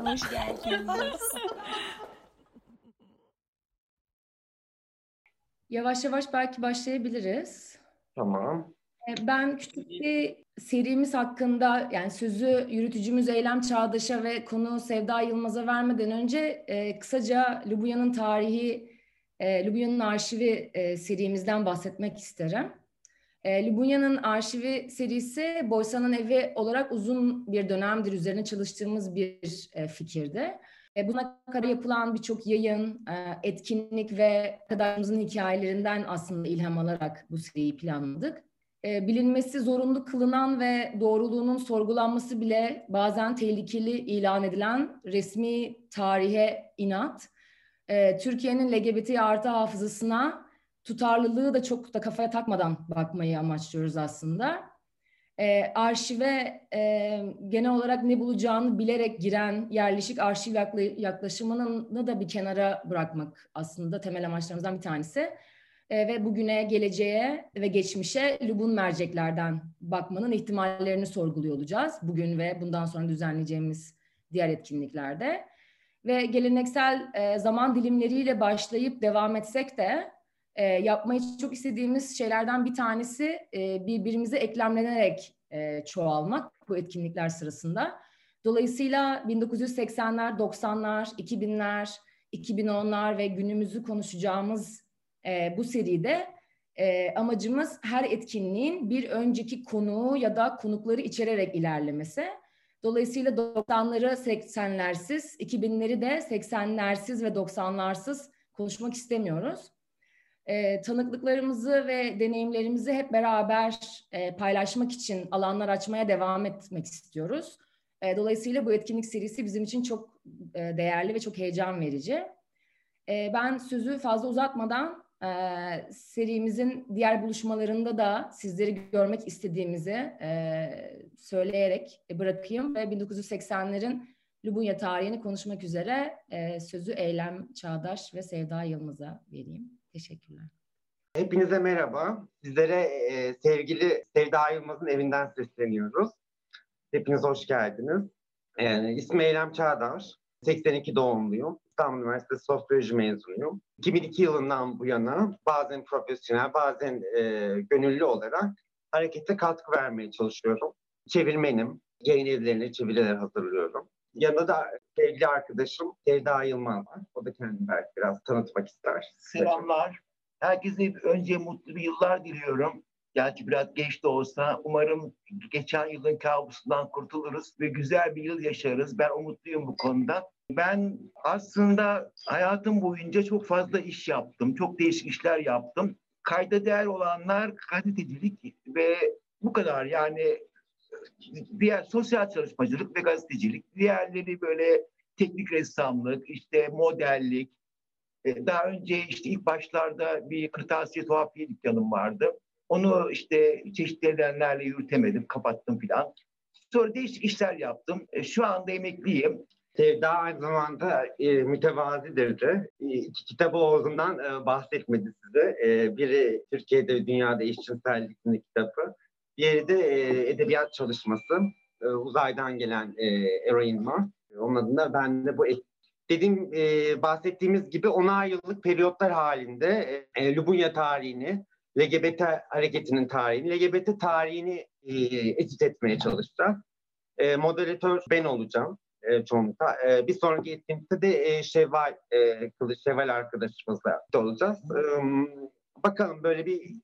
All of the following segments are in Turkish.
Hoş geldiniz. Yavaş yavaş belki başlayabiliriz. Tamam. Ben küçük bir serimiz hakkında, yani sözü yürütücümüz Eylem Çağdaş'a ve konu Sevda Yılmaz'a vermeden önce kısaca Lubyan'ın tarihi, Lubyan'ın arşivi serimizden bahsetmek isterim. Lubyan'ın arşivi serisi Boysan'ın evi olarak uzun bir dönemdir üzerine çalıştığımız bir fikirdi. Buna kadar yapılan birçok yayın, etkinlik ve arkadaşlarımızın hikayelerinden aslında ilham alarak bu seriyi planladık. Bilinmesi zorunlu kılınan ve doğruluğunun sorgulanması bile bazen tehlikeli ilan edilen resmi tarihe inat, Türkiye'nin LGBT artı hafızasına tutarlılığı da çok da kafaya takmadan bakmayı amaçlıyoruz aslında. Arşive genel olarak ne bulacağını bilerek giren yerleşik arşiv yaklaşımını da bir kenara bırakmak aslında temel amaçlarımızdan bir tanesi. Ve bugüne, geleceğe ve geçmişe Lubun merceklerden bakmanın ihtimallerini sorguluyor olacağız. Bugün ve bundan sonra düzenleyeceğimiz diğer etkinliklerde. Ve geleneksel zaman dilimleriyle başlayıp devam etsek de yapmayı çok istediğimiz şeylerden bir tanesi birbirimize eklemlenerek çoğalmak bu etkinlikler sırasında. Dolayısıyla 1980'ler, 90'lar, 2000'ler, 2010'lar ve günümüzü konuşacağımız bu seride amacımız her etkinliğin bir önceki konuğu ya da konukları içererek ilerlemesi. Dolayısıyla 90'ları 80'lersiz, 2000'leri de 80'lersiz ve 90'larsız konuşmak istemiyoruz. Tanıklıklarımızı ve deneyimlerimizi hep beraber paylaşmak için alanlar açmaya devam etmek istiyoruz. Dolayısıyla bu etkinlik serisi bizim için çok değerli ve çok heyecan verici. Ben sözü fazla uzatmadan serimizin diğer buluşmalarında da sizleri görmek istediğimizi söyleyerek bırakayım ve 1980'lerin Lubunya tarihini konuşmak üzere sözü Eylem Çağdaş ve Sevda Yılmaz'a vereyim. Teşekkürler. Hepinize merhaba. Sizlere sevgili Sevda Yılmaz'ın evinden sesleniyoruz. Hepiniz hoş geldiniz. İsmim Eylem Çağdaş. 82 doğumluyum. İstanbul Üniversitesi Sosyoloji mezunuyum. 2002 yılından bu yana bazen profesyonel, bazen gönüllü olarak harekete katkı vermeye çalışıyorum. Çevirmenim. Yayın evlerine çeviriler hazırlıyorum. Yanında da sevgili arkadaşım Sevda Yılmaz var. O da kendini belki biraz tanıtmak ister. Selamlar. Herkese önce mutlu bir yıllar diliyorum. Gerçi biraz geç de olsa umarım geçen yılın kabusundan kurtuluruz ve güzel bir yıl yaşarız. Ben umutluyum bu konuda. Ben aslında hayatım boyunca çok fazla iş yaptım. Çok değişik işler yaptım. Kayda değer olanlar gazetecilik ve bu kadar. Yani diğer sosyal çalışmacılık ve gazetecilik. Diğerleri böyle teknik ressamlık, işte modellik. Daha önce işte ilk başlarda bir kırtasiye tuhafiye dükkanım vardı. Onu işte çeşitli nedenlerle yürütemedim, kapattım filan. Sonra değişik işler yaptım. Şu anda emekliyim. Sevda aynı zamanda mütevazidir de. İki kitabı olduğundan bahsetmedi size. Biri Türkiye'de ve Dünyada İşcinsellik kitabı. Diğeri de edebiyat çalışması. Uzaydan gelen Eroin var. Onun adına ben de bu bahsettiğimiz gibi 10'ar yıllık periyotlar halinde Lubunya tarihini, LGBT hareketinin tarihini, LGBT tarihini etüt etmeye çalışacağız. Moderatör ben olacağım çoğunlukla. Bir sonraki etkinlikte de Şevval arkadaşımızla olacağız. Bakalım böyle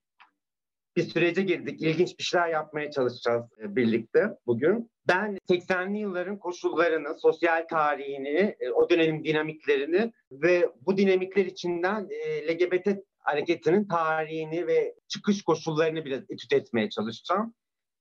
bir sürece girdik. İlginç bir şeyler yapmaya çalışacağız birlikte bugün. Ben 80'li yılların koşullarını, sosyal tarihini, o dönemin dinamiklerini ve bu dinamikler içinden LGBT hareketinin tarihini ve çıkış koşullarını biraz etüt etmeye çalışacağım.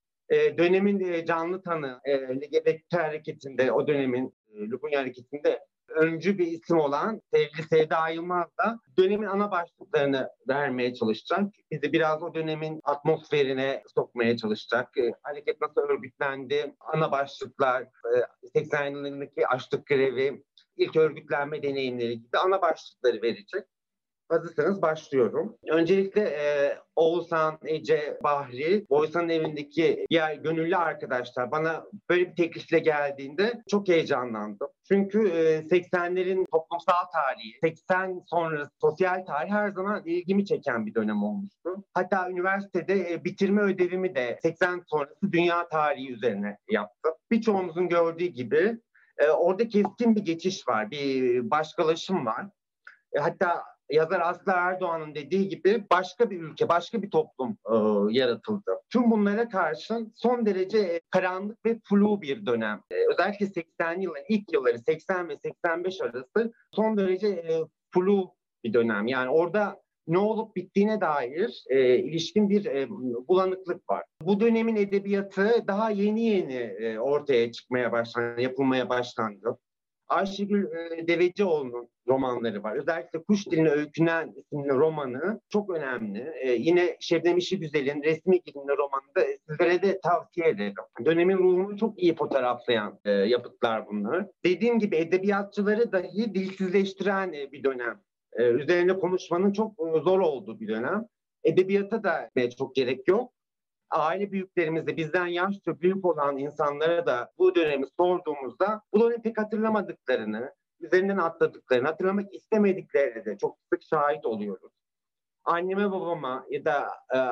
Dönemin canlı tanığı LGBT hareketinde, o dönemin Lubunya hareketinde öncü bir isim olan sevgili Sevda Yılmaz da dönemin ana başlıklarını vermeye çalışacak. Bizi biraz o dönemin atmosferine sokmaya çalışacak. Hareket nasıl örgütlendi, ana başlıklar, 80 yılındaki açlık grevi, ilk örgütlenme deneyimleri gibi ana başlıkları verecek. Hazırsanız başlıyorum. Öncelikle Oğuzhan, Ece, Bahri, Boysan'ın evindeki diğer gönüllü arkadaşlar bana böyle bir teklifle geldiğinde çok heyecanlandım. Çünkü 80'lerin toplumsal tarihi, 80 sonrası sosyal tarih her zaman ilgimi çeken bir dönem olmuştu. Hatta üniversitede bitirme ödevimi de 80 sonrası dünya tarihi üzerine yaptım. Birçoğumuzun gördüğü gibi orada keskin bir geçiş var, bir başkalaşım var. Hatta yazar Aslı Erdoğan'ın dediği gibi başka bir ülke, başka bir toplum yaratıldı. Tüm bunlara karşın son derece karanlık ve flu bir dönem. Özellikle 80'li yılların ilk yılları, 80 ve 85 arası son derece flu bir dönem. Yani orada ne olup bittiğine dair ilişkin bir bulanıklık var. Bu dönemin edebiyatı daha yeni ortaya çıkmaya başlandı, yapılmaya başlandı. Ayşegül Devecioğlu'nun romanları var. Özellikle Kuş Diline Öykünen isimli romanı çok önemli. Yine Şebnem İşigüzel'in Resmi isimli romanını da sizlere de tavsiye ederim. Dönemin ruhunu çok iyi fotoğraflayan yapıtlar bunlar. Dediğim gibi edebiyatçıları dahi dilsizleştiren bir dönem. Üzerine konuşmanın çok zor olduğu bir dönem. Edebiyata da çok gerek yok. Aile büyüklerimizde bizden yaşça büyük olan insanlara da bu dönemi sorduğumuzda bu dönemi pek hatırlamadıklarını, üzerinden atladıklarını, hatırlamak istemediklerini de çok sık şahit oluyoruz. Anneme babama ya da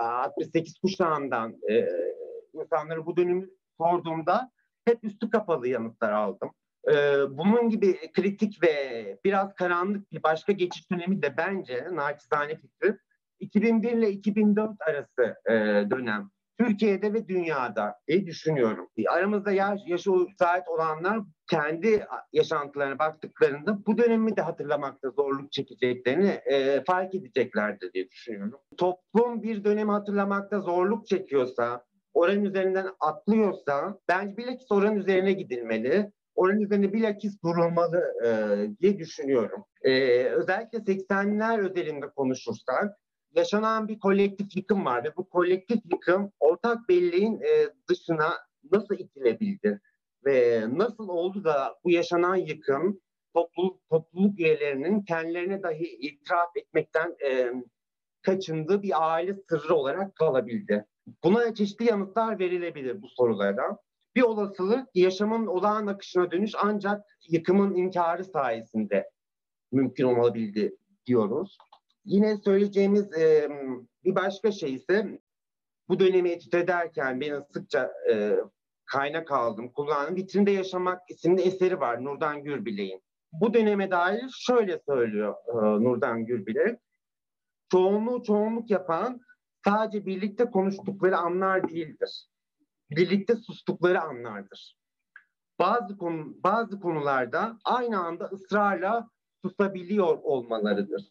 68 kuşağından insanlara bu dönemi sorduğumda hep üstü kapalı yanıtlar aldım. Bunun gibi kritik ve biraz karanlık bir başka geçiş dönemi de bence naçizane fikrim 2001 ile 2004 arası dönem. Türkiye'de ve dünyada diye düşünüyorum. Aramızda yaşı sahip olanlar kendi yaşantılarına baktıklarında bu dönemi de hatırlamakta zorluk çekeceklerini fark edeceklerdir diye düşünüyorum. Toplum bir dönemi hatırlamakta zorluk çekiyorsa, oranın üzerinden atlıyorsa bence bilakis oranın üzerine gidilmeli. Oranın üzerine bilakis durulmalı diye düşünüyorum. Özellikle 80'ler özelinde konuşursak yaşanan bir kolektif yıkım var ve bu kolektif yıkım ortak belleğin dışına nasıl itilebildi ve nasıl oldu da bu yaşanan yıkım topluluk üyelerinin kendilerine dahi itiraf etmekten kaçındığı bir aile sırrı olarak kalabildi. Buna çeşitli yanıtlar verilebilir bu sorulara. Bir olasılık yaşamın olağan akışına dönüş ancak yıkımın inkarı sayesinde mümkün olabildi diyoruz. Yine söyleyeceğimiz bir başka şey ise bu dönemi etüt ederken benim sıkça kaynak aldım, kullandığım Vitrinde Yaşamak isimli eseri var Nurdan Gürbilek'in. Bu döneme dair şöyle söylüyor Nurdan Gürbilek. Çoğunluk yapan sadece birlikte konuştukları anlar değildir. Birlikte sustukları anlardır. Bazı konularda aynı anda ısrarla susabiliyor olmalarıdır.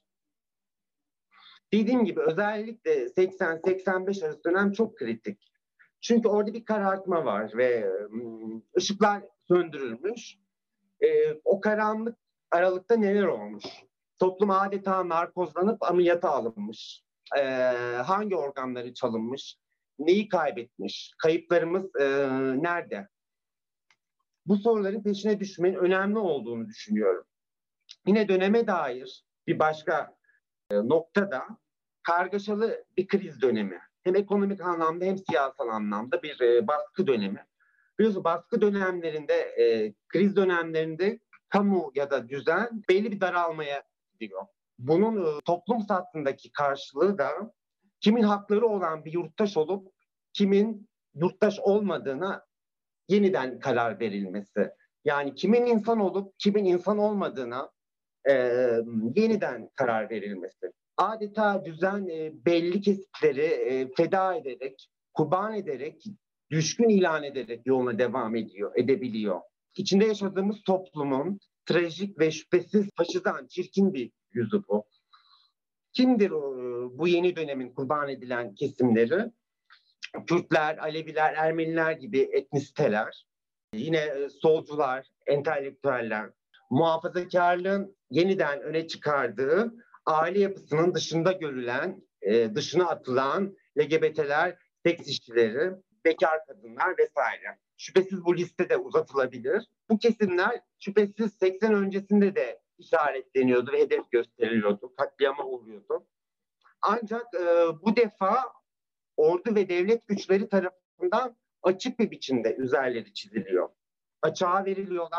Dediğim gibi özellikle 80-85 arası dönem çok kritik. Çünkü orada bir karartma var ve ışıklar söndürülmüş. O karanlık aralıkta neler olmuş? Toplum adeta narkozlanıp ameliyata alınmış. Hangi organları çalınmış? Neyi kaybetmiş? Kayıplarımız nerede? Bu soruların peşine düşmenin önemli olduğunu düşünüyorum. Yine döneme dair bir başka noktada kargaşalı bir kriz dönemi. Hem ekonomik anlamda hem siyasal anlamda bir baskı dönemi. Biliyorsunuz baskı dönemlerinde, kriz dönemlerinde kamu ya da düzen belli bir daralmaya gidiyor. Bunun toplum sattığındaki karşılığı da kimin hakları olan bir yurttaş olup kimin yurttaş olmadığına yeniden karar verilmesi. Yani kimin insan olup kimin insan olmadığına yeniden karar verilmesi. Adeta düzen belli kesitleri feda ederek, kurban ederek, düşkün ilan ederek yoluna devam edebiliyor. İçinde yaşadığımız toplumun trajik ve şüphesiz faşizan, çirkin bir yüzü bu. Kimdir bu yeni dönemin kurban edilen kesimleri? Kürtler, Aleviler, Ermeniler gibi etnisiteler, yine solcular, entelektüeller, muhafazakarlığın yeniden öne çıkardığı aile yapısının dışında görülen, dışına atılan LGBT'ler, seks işçileri, bekar kadınlar vesaire. Şüphesiz bu liste de uzatılabilir. Bu kesimler şüphesiz 80 öncesinde de işaretleniyordu ve hedef gösteriliyordu, katliama uğruyordu. Ancak bu defa ordu ve devlet güçleri tarafından açık bir biçimde üzerleri çiziliyor. Açığa veriliyorlar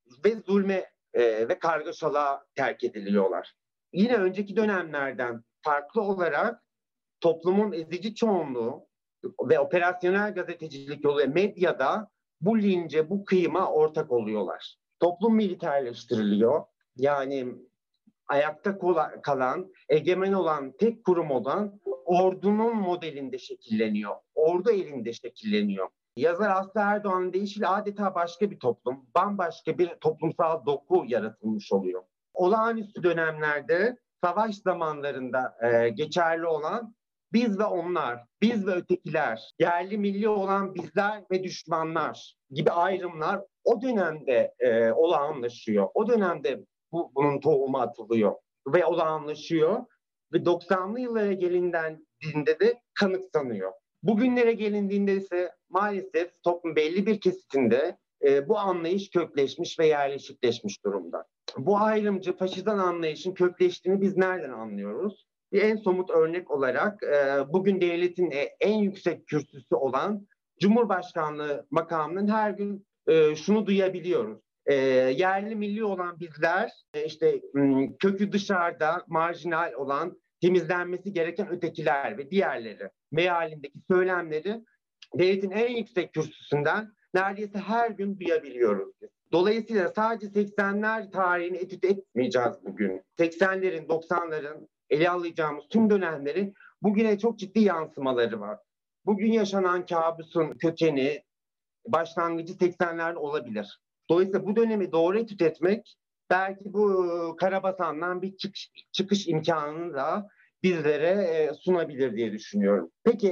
ve zulme ve kargaşalığa terk ediliyorlar. Yine önceki dönemlerden farklı olarak toplumun ezici çoğunluğu ve operasyonel gazetecilik yoluyla medyada bu lince, bu kıyıma ortak oluyorlar. Toplum militerleştiriliyor. Yani ayakta kalan, egemen olan tek kurum olan ordunun modelinde şekilleniyor. Ordu elinde şekilleniyor. Yazar Aslı Erdoğan'ın deyişiyle adeta başka bir toplum, bambaşka bir toplumsal doku yaratılmış oluyor. Olağanüstü dönemlerde, savaş zamanlarında geçerli olan biz ve onlar, biz ve ötekiler, yerli milli olan bizler ve düşmanlar gibi ayrımlar o dönemde olağanlaşıyor. O dönemde bunun tohumu atılıyor ve olağanlaşıyor ve 90'lı yıllara gelindiğinde de kanıksanıyor. Bugünlere gelindiğinde ise maalesef toplum belli bir kesitinde bu anlayış kökleşmiş ve yerleşikleşmiş durumda. Bu ayrımcı faşizan anlayışın kökleştiğini biz nereden anlıyoruz? Bir en somut örnek olarak bugün devletin en yüksek kürsüsü olan Cumhurbaşkanlığı makamının her gün şunu duyabiliyoruz. Yerli milli olan bizler, işte kökü dışarıda, marjinal olan, temizlenmesi gereken ötekiler ve diğerleri mealindeki söylemleri devletin en yüksek kürsüsünden neredeyse her gün duyabiliyoruz. Dolayısıyla sadece 80'ler tarihini etüt etmeyeceğiz bugün. 80'lerin, 90'ların ele alacağımız tüm dönemlerin bugüne çok ciddi yansımaları var. Bugün yaşanan kabusun kökeni, başlangıcı 80'lerde olabilir. Dolayısıyla bu dönemi doğru etüt etmek belki bu karabasandan bir çıkış imkanını da bizlere sunabilir diye düşünüyorum. Peki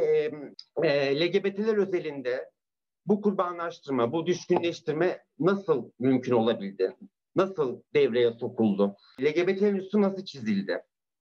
LGBT'ler özelinde bu kurbanlaştırma, bu düşkünleştirme nasıl mümkün olabildi? Nasıl devreye sokuldu? LGBT'lerin üstü nasıl çizildi?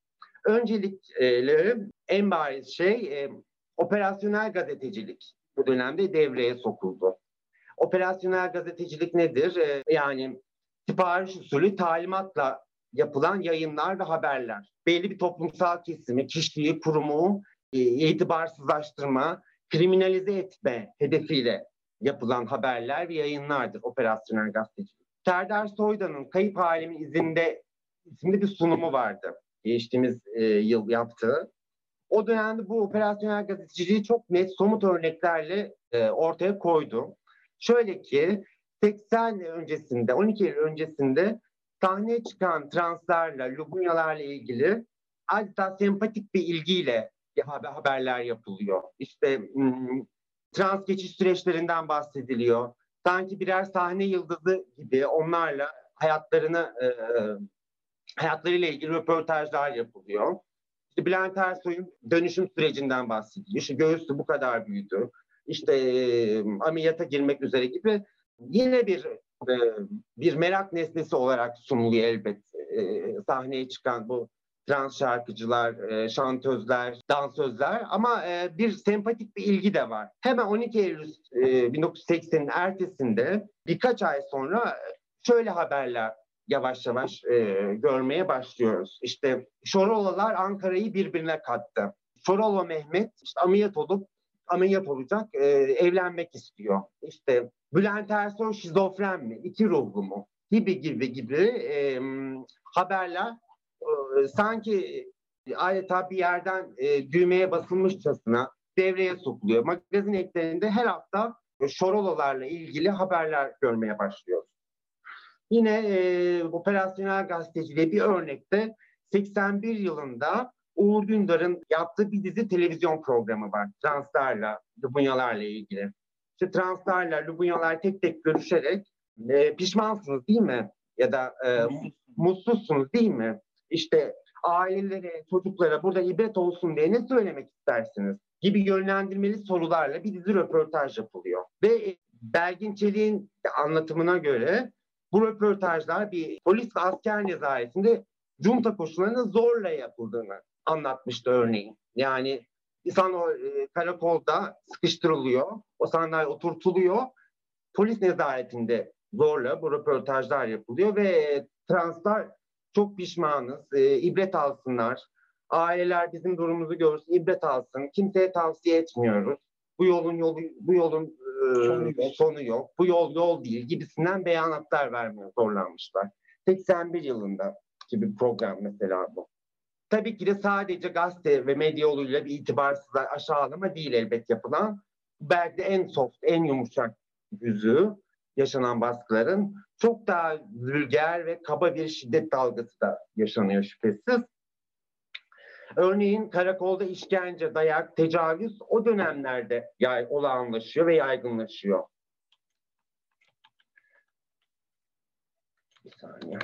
Öncelikle en bariz şey operasyonel gazetecilik bu dönemde devreye sokuldu. Operasyonel gazetecilik nedir? Yani sipariş usulü talimatla yapılan yayınlar ve haberler. Belli bir toplumsal kesimi, kişiyi, kurumu itibarsızlaştırma, kriminalize etme hedefiyle yapılan haberler ve yayınlardır operasyonel gazetecilik. Serdar Soydan'ın Kayıp Halimin İzinde isimli bir sunumu vardı. Geçtiğimiz yıl yaptığı. O dönemde bu operasyonel gazeteciliği çok net, somut örneklerle ortaya koydu. Şöyle ki 80 öncesinde, 12 yıl öncesinde sahneye çıkan translarla, Lubunyalarla ilgili adeta sempatik bir ilgiyle haberler yapılıyor. İşte trans geçiş süreçlerinden bahsediliyor. Sanki birer sahne yıldızı gibi onlarla hayatlarıyla ilgili röportajlar yapılıyor. İşte Bülent Ersoy'un dönüşüm sürecinden bahsediyor. İşte göğsü bu kadar büyüdü. İşte ameliyata girmek üzere gibi yine bir merak nesnesi olarak sunuluyor elbet. Sahneye çıkan bu trans şarkıcılar, şantözler, dansözler ama bir sempatik bir ilgi de var. Hemen 12 Eylül 1980'in ertesinde birkaç ay sonra şöyle haberler yavaş yavaş görmeye başlıyoruz. İşte Şorololar Ankara'yı birbirine kattı. Şorolo Mehmet işte ameliyat olacak, evlenmek istiyor. İşte Bülent Ersoy şizofren mi, iki ruhlu mu gibi haberler sanki adeta bir yerden düğmeye basılmışçasına devreye sokuluyor. Magazin eklerinde her hafta Şorololarla ilgili haberler görmeye başlıyoruz. Yine operasyonel gazeteciliğe bir örnekte 81 yılında Uğur Dündar'ın yaptığı bir dizi televizyon programı var. Translarla, Lubunyalarla ilgili. İşte translarla, Lubunyalar tek tek görüşerek pişmansınız değil mi? Ya da mutsuzsunuz değil mi? İşte ailelere, çocuklara burada ibret olsun diye ne söylemek istersiniz? Gibi yönlendirmeli sorularla bir dizi röportaj yapılıyor. Ve Belgin Çelik'in anlatımına göre bu röportajlar bir polis ve asker nezaretinde junta koşullarının zorla yapıldığını anlatmıştı örneğin. Yani insan o karakolda sıkıştırılıyor, o sandalye oturtuluyor, polis nezaretinde zorla bu röportajlar yapılıyor ve translar çok pişmanız, ibret alsınlar, aileler bizim durumumuzu görsün, ibret alsın, kimseye tavsiye etmiyoruz. Bu yolun sonu yok, bu yol yol değil gibisinden beyanatlar vermeye zorlanmışlar. 81 yılında gibi bir program mesela bu. Tabii ki de sadece gazete ve medya yoluyla bir itibarsızlar, aşağılama değil elbet yapılan. Belki de en soft, en yumuşak yüzü yaşanan baskıların çok daha vulgar ve kaba bir şiddet dalgası da yaşanıyor şüphesiz. Örneğin karakolda işkence, dayak, tecavüz o dönemlerde olağanlaşıyor ve yaygınlaşıyor. Bir saniye.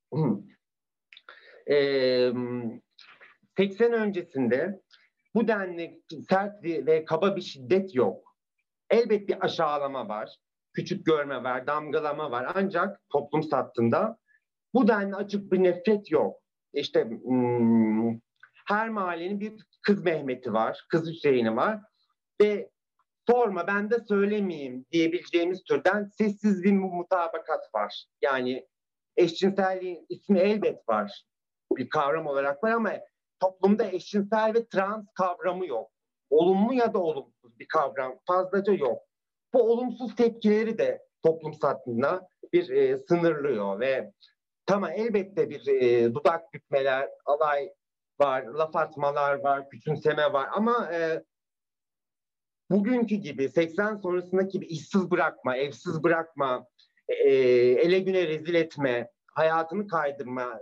80 öncesinde bu denli sert ve kaba bir şiddet yok. Elbet bir aşağılama var, küçük görme var, damgalama var. Ancak toplum sattığında bu denli açık bir nefret yok. İşte her mahallenin bir kız Mehmet'i var, kız Hüseyin'i var ve sorma ben de söylemeyeyim diyebileceğimiz türden sessiz bir mutabakat var. Yani eşcinselliğin ismi elbet var, bir kavram olarak var ama toplumda eşcinsel ve trans kavramı yok. Olumlu ya da olumsuz bir kavram fazlaca yok. Bu olumsuz tepkileri de toplum sattığında bir sınırlıyor ve tamam elbette bir dudak bükmeler, alay var, laf atmalar var, küçümseme var ama bugünkü gibi 80 sonrasındaki gibi işsiz bırakma, evsiz bırakma, ele güne rezil etme, hayatını kaydırma,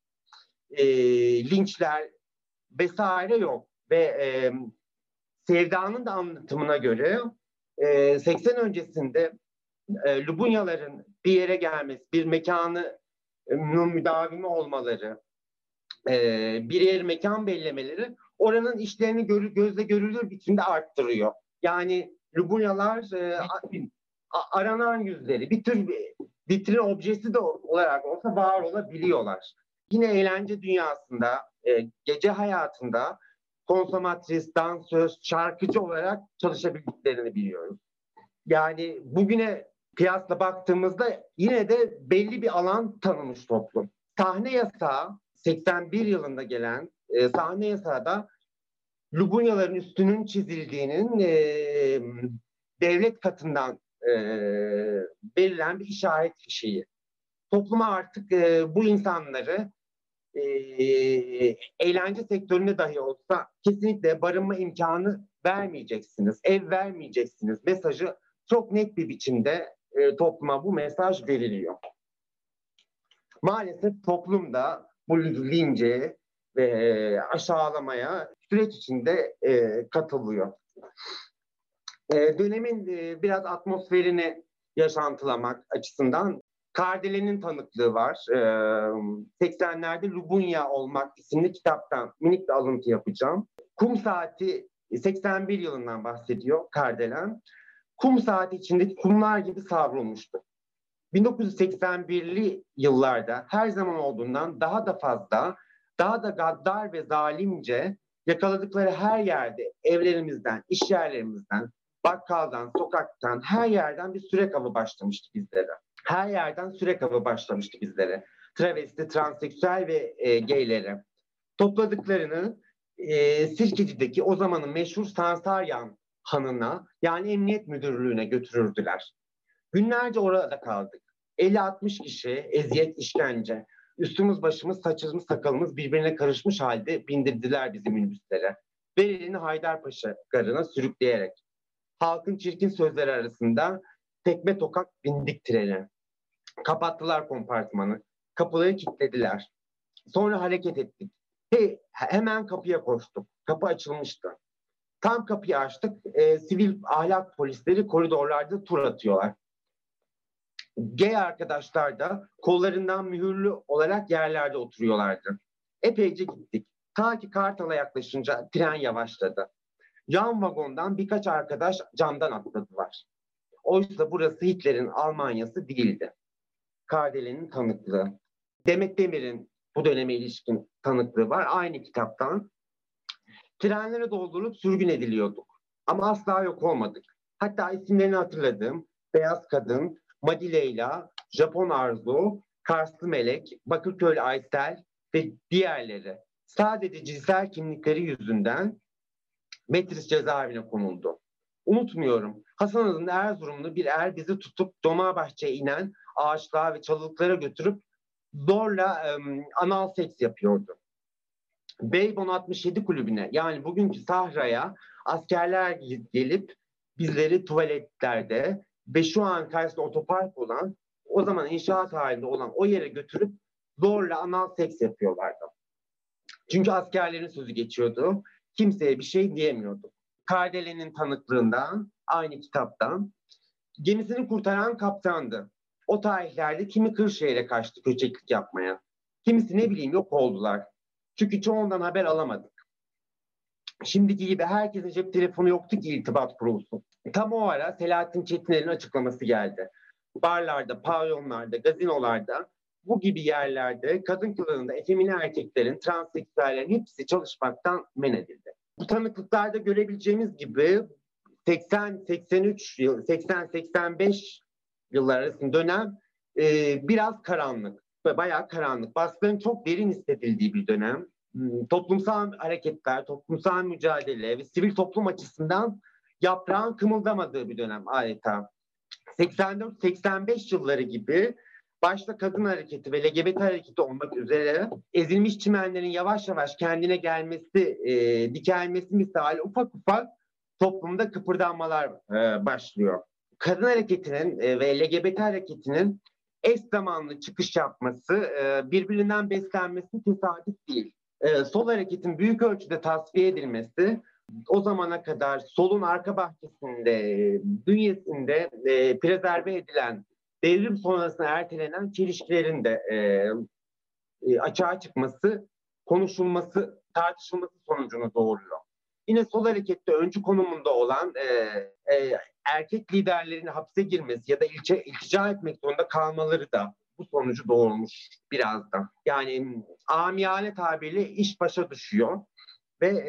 linçler vesaire yok. Ve Sevda'nın da anlatımına göre 80 öncesinde Lubunyaların bir yere gelmesi, bir mekanın müdavimi olmaları, bir yer mekan bellemeleri oranın işlerini gözle görülür biçimde arttırıyor. Yani Lubunyalar aranan yüzleri, bir tür vitrin objesi de olarak olsa var olabiliyorlar. Yine eğlence dünyasında, gece hayatında konsomatris, dansöz, şarkıcı olarak çalışabildiklerini biliyoruz. Yani bugüne kıyasla baktığımızda yine de belli bir alan tanımış toplum. Sahne yasağı 81 yılında gelen sahne yasağı da Lubunyaların üstünün çizildiğinin devlet katından verilen bir işaret fişeği. Topluma artık bu insanları eğlence sektöründe dahi olsa kesinlikle barınma imkanı vermeyeceksiniz, ev vermeyeceksiniz mesajı çok net bir biçimde topluma bu mesaj veriliyor. Maalesef toplumda bu lince ve aşağılamaya süreç içinde katılıyor. Dönemin biraz atmosferini yaşantılamak açısından Kardelen'in tanıklığı var. 80'lerde Lubunya Olmak isimli kitaptan minik bir alıntı yapacağım. Kum saati 81 yılından bahsediyor Kardelen. Kum saati içinde kumlar gibi savrulmuştu. 1981'li yıllarda her zaman olduğundan daha da fazla, daha da gaddar ve zalimce yakaladıkları her yerde evlerimizden, iş yerlerimizden, bakkaldan, sokaktan her yerden bir sürek avı başlamıştı bizlere. Her yerden sürek avı başlamıştı bizlere. Travesti, transseksüel ve geylere. Topladıklarını Sirkeci'deki o zamanın meşhur Sansaryan Hanı'na yani Emniyet Müdürlüğü'ne götürürdüler. Günlerce orada kaldık. 50-60 kişi, eziyet, işkence. Üstümüz, başımız, saçımız, sakalımız birbirine karışmış halde bindirdiler bizi minibüslere. Berlin'i Haydarpaşa garına sürükleyerek. Halkın çirkin sözleri arasında tekme tokat bindik trene. Kapattılar kompartmanı. Kapıları kilitlediler. Sonra hareket ettik. Hemen kapıya koştuk. Kapı açılmıştı. Tam kapıyı açtık. Sivil ahlak polisleri koridorlarda tur atıyorlar. Gay arkadaşlar da kollarından mühürlü olarak yerlerde oturuyorlardı. Epeyce gittik. Ta ki Kartal'a yaklaşınca tren yavaşladı. Yan vagondan birkaç arkadaş camdan atladılar. Oysa burası Hitler'in Almanya'sı değildi. Kardelen'in tanıklığı. Demet Demir'in bu döneme ilişkin tanıklığı var. Aynı kitaptan. Trenlere doldurulup sürgün ediliyorduk. Ama asla yok olmadık. Hatta isimlerini hatırladığım Beyaz Kadın, Madi Leyla, Japon Arzu, Karslı Melek, Bakırköy Aysel ve diğerleri sadece cinsel kimlikleri yüzünden Metris cezaevine konuldu. Unutmuyorum. Hasan adında Erzurumlu bir er bizi tutup Dolmabahçe'ye inen ağaçlığa ve çalılıklara götürüp zorla anal seks yapıyordu. Beybon 67 kulübüne, yani bugünkü Sahra'ya askerler gelip bizleri tuvaletlerde ve şu an karşısında otopark olan, o zaman inşaat halinde olan o yere götürüp zorla anal seks yapıyorlardı. Çünkü askerlerin sözü geçiyordu. Kimseye bir şey diyemiyordu. Kardele'nin tanıklığından, aynı kitaptan, gemisini kurtaran kaptandı. O tarihlerde kimi Kırşehir'e kaçtı köçeklik yapmaya. Kimisi ne bileyim yok oldular. Çünkü çoğundan haber alamadık. Şimdiki gibi herkesin cep telefonu yoktu ki irtibat kurulsun. Tam o ara Selahattin Çetiner'in açıklaması geldi. Barlarda, pavyonlarda, gazinolarda, bu gibi yerlerde kadın kılığında efemine erkeklerin, transseksüellerin hepsi çalışmaktan men edildi. Bu tanıklıklarda görebileceğimiz gibi 80-83 yıl, 80-85 yıllar arasında dönem biraz karanlık ve bayağı karanlık. Baskının çok derin hissedildiği bir dönem. Toplumsal hareketler, toplumsal mücadele ve sivil toplum açısından yaprağın kımıldamadığı bir dönem adeta. 84-85 yılları gibi başta kadın hareketi ve LGBT hareketi olmak üzere ezilmiş çimenlerin yavaş yavaş kendine gelmesi, dikelmesi misali ufak ufak toplumda kıpırdanmalar başlıyor. Kadın hareketinin ve LGBT hareketinin eş zamanlı çıkış yapması, birbirinden beslenmesi tesadüf değil. Sol hareketin büyük ölçüde tasfiye edilmesi, o zamana kadar solun arka bahçesinde, bünyesinde prezerve edilen, devrim sonrasında ertelenen çelişkilerin de açığa çıkması, konuşulması, tartışılması sonucunu doğuruyor. Yine sol harekette öncü konumunda olan erkek liderlerin hapse girmesi ya da iltica etmek zorunda kalmaları da bu sonucu doğurmuş birazdan. Yani amiyane tabiriyle iş başa düşüyor ve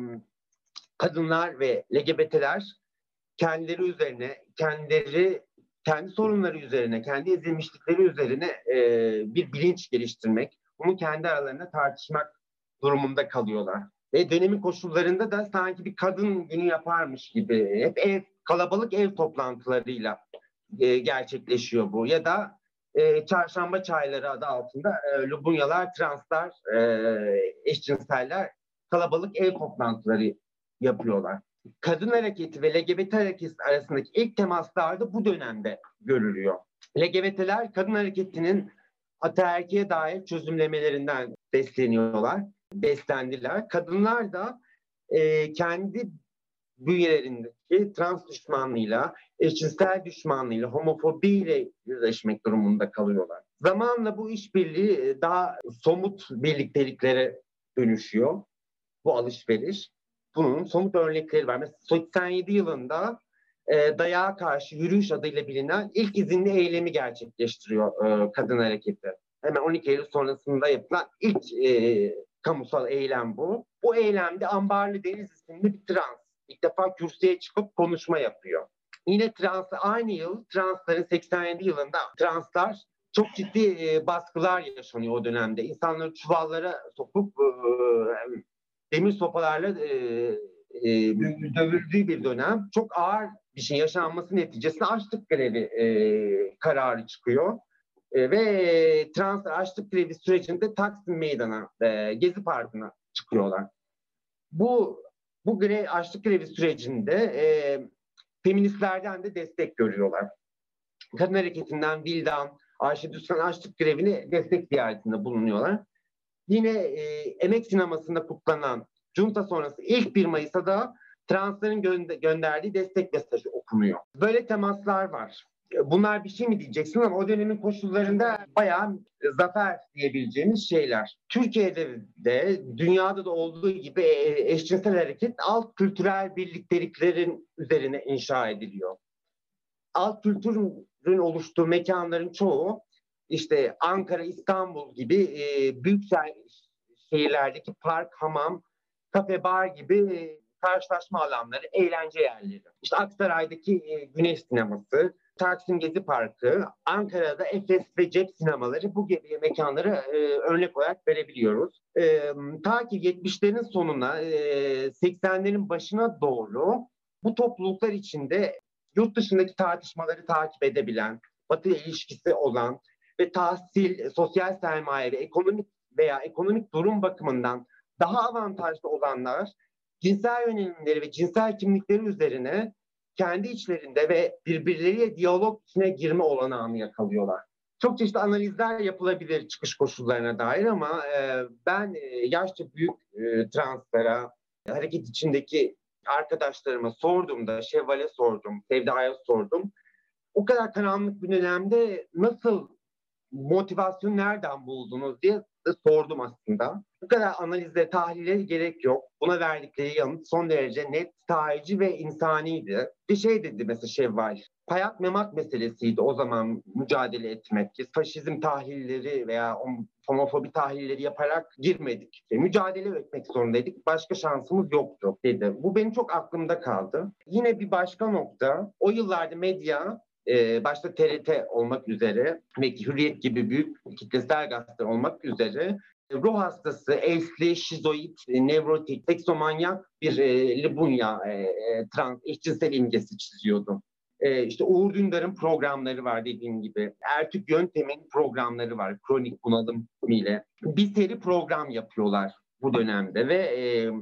kadınlar ve LGBT'ler kendileri üzerine, kendi sorunları üzerine, kendi ezilmişlikleri üzerine bir bilinç geliştirmek, bunu kendi aralarında tartışmak durumunda kalıyorlar. Ve dönemin koşullarında da sanki bir kadın günü yaparmış gibi hep kalabalık ev toplantılarıyla gerçekleşiyor bu. Ya da çarşamba çayları adı altında Lubunyalar, translar, eşcinseller kalabalık ev toplantıları yapıyorlar. Kadın hareketi ve LGBT hareketi arasındaki ilk temaslar da bu dönemde görülüyor. LGBT'ler kadın hareketinin ataerkiye dair çözümlemelerinden beslendiler. Kadınlar da kendi bünyelerindeki trans düşmanlığıyla, eşcinsel düşmanlığıyla, homofobiyle yüzleşmek durumunda kalıyorlar. Zamanla bu işbirliği daha somut birlikteliklere dönüşüyor, bu alışveriş. Bunun somut örnekleri var. Mesela 87 yılında dayağa karşı yürüyüş adıyla bilinen ilk izinli eylemi gerçekleştiriyor kadın hareketi. Hemen 12 Eylül sonrasında yapılan ilk kamusal eylem bu. Bu eylemde Ambarlı Deniz isimli bir trans ilk defa kürsüye çıkıp konuşma yapıyor. Yine aynı yıl transların 87 yılında translar çok ciddi baskılar yaşanıyor o dönemde. İnsanları çuvallara sokup demir sopalarla dövüldüğü bir dönem. Çok ağır bir şey yaşanması neticesinde açlık grevi kararı çıkıyor. Ve translar açlık grevi sürecinde Taksim Meydanı, Gezi Parkı'na çıkıyorlar. Bu açlık grevi sürecinde feministlerden de destek görüyorlar. Kadın hareketinden Vildan, Ayşe Düzkan açlık grevine destek ziyaretinde bulunuyorlar. Yine emek sinemasında kutlanan Junta sonrası ilk 1 Mayıs'ta da transların gönderdiği destek mesajı okunuyor. Böyle temaslar var. Bunlar bir şey mi diyeceksin ama o dönemin koşullarında bayağı zafer diyebileceğimiz şeyler. Türkiye'de de dünyada da olduğu gibi eşcinsel hareket alt kültürel birlikteliklerin üzerine inşa ediliyor. Alt kültürün oluştuğu mekanların çoğu işte Ankara, İstanbul gibi büyük şehirlerdeki park, hamam, kafe, bar gibi karşılaşma alanları, eğlence yerleri. İşte Aksaray'daki Güneş Sineması, Taksim Gezi Parkı, Ankara'da Efes ve Cep sinemaları, bu gibi mekanları örnek olarak verebiliyoruz. Ta ki 70'lerin sonuna, 80'lerin başına doğru Bu topluluklar içinde yurt dışındaki tartışmaları takip edebilen, Batı ile ilişkisi olan ve tahsil, sosyal sermaye ve ekonomik durum bakımından daha avantajlı olanlar cinsel yönelimleri ve cinsel kimlikleri üzerine kendi içlerinde ve birbirleriyle diyalog içine girme olanağını yakalıyorlar. Çok çeşitli analizler yapılabilir çıkış koşullarına dair ama ben yaşça büyük translara, hareket içindeki arkadaşlarıma sorduğumda, Şevval'e sordum, Sevda'ya sordum. O kadar karanlık bir dönemde nasıl motivasyonu nereden buldunuz diye sordum aslında. Bu kadar analize, tahlile gerek yok. Buna verdikleri yanıt son derece net, tarihçi ve insaniydi. Bir şey dedi mesela Şevval. Hayat memat meselesiydi o zaman mücadele etmek. Biz faşizm tahlilleri veya homofobi tahlilleri yaparak girmedik. Mücadele etmek zorundaydık. Başka şansımız yoktu dedi. Bu benim çok aklımda kaldı. Yine bir başka nokta. O yıllarda medya başta TRT olmak üzere ve Hürriyet gibi büyük kitlesel gazeteler olmak üzere ruh hastası, elsli, şizoid, nevrotik, seksomanyak bir Lubunya trans, eşcinsel imgesi çiziyordu. İşte Uğur Dündar'ın programları var dediğim gibi. Ertük Yöntem'in programları var kronik bunalım ile. Bir seri program yapıyorlar bu dönemde ve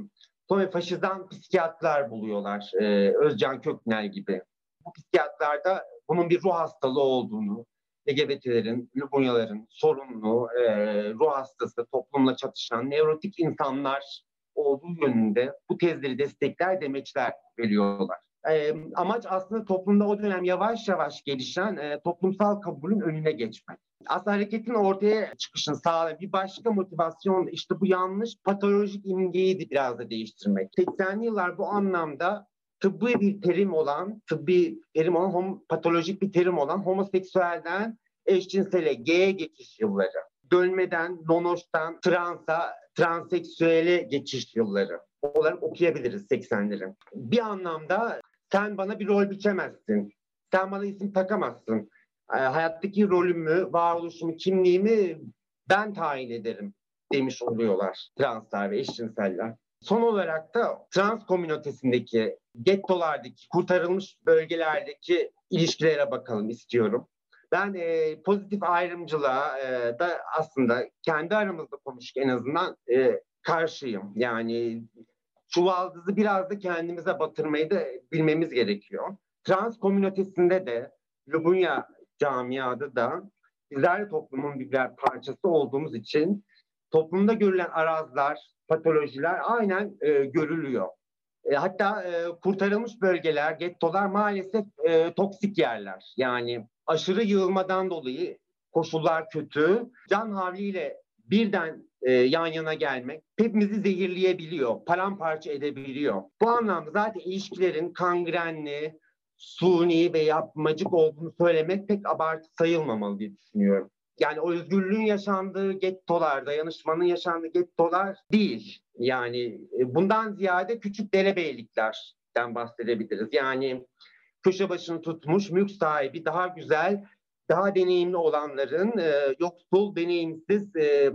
sonra faşizan psikiyatrlar buluyorlar. Özcan Kökner gibi. Bu psikiyatrlarda bunun bir ruh hastalığı olduğunu, LGBT'lerin, Lubunyaların sorunlu, ruh hastası, toplumla çatışan, nevrotik insanlar olduğu yönünde bu tezleri destekler, demeçler veriyorlar. Amaç aslında toplumda o dönem yavaş yavaş gelişen toplumsal kabulün önüne geçmek. Aslında hareketin ortaya çıkışını sağlayan bir başka motivasyon işte bu yanlış patolojik imgeyi de biraz da değiştirmek. 80'li yıllar bu anlamda tıbbi terim olan, patolojik bir terim olan homoseksüelden eşcinsele, G'ye geçiş yılları. Dönmeden, nonoştan, transseksüele geçiş yılları olarak okuyabiliriz 80'leri. Bir anlamda sen bana bir rol biçemezsin. Sen bana isim takamazsın. Hayattaki rolümü, varoluşumu, kimliğimi ben tayin ederim demiş oluyorlar translar ve eşcinseller. Son olarak da trans komünitesindeki, gettolardaki, kurtarılmış bölgelerdeki ilişkilere bakalım istiyorum. Ben pozitif ayrımcılığa da aslında kendi aramızda konuştuk en azından karşıyım. Yani çuvaldızı biraz da kendimize batırmayı da bilmemiz gerekiyor. Trans komünitesinde de, Lubunya camiada da bizler de toplumun birer parçası olduğumuz için toplumda görülen arazlar, patolojiler aynen görülüyor. Hatta kurtarılmış bölgeler, gettolar maalesef toksik yerler. Yani aşırı yığılmadan dolayı koşullar kötü. Can havliyle birden yan yana gelmek hepimizi zehirleyebiliyor, paramparça edebiliyor. Bu anlamda zaten ilişkilerin kangrenli, suni ve yapmacık olduğunu söylemek pek abartı sayılmamalı diye düşünüyorum. Yani o özgürlüğün yaşandığı gettolar, dayanışmanın yaşandığı gettolar değil. Yani bundan ziyade küçük derebeyliklerden bahsedebiliriz. Yani köşe başını tutmuş, mülk sahibi, daha güzel, daha deneyimli olanların yoksul, deneyimsiz,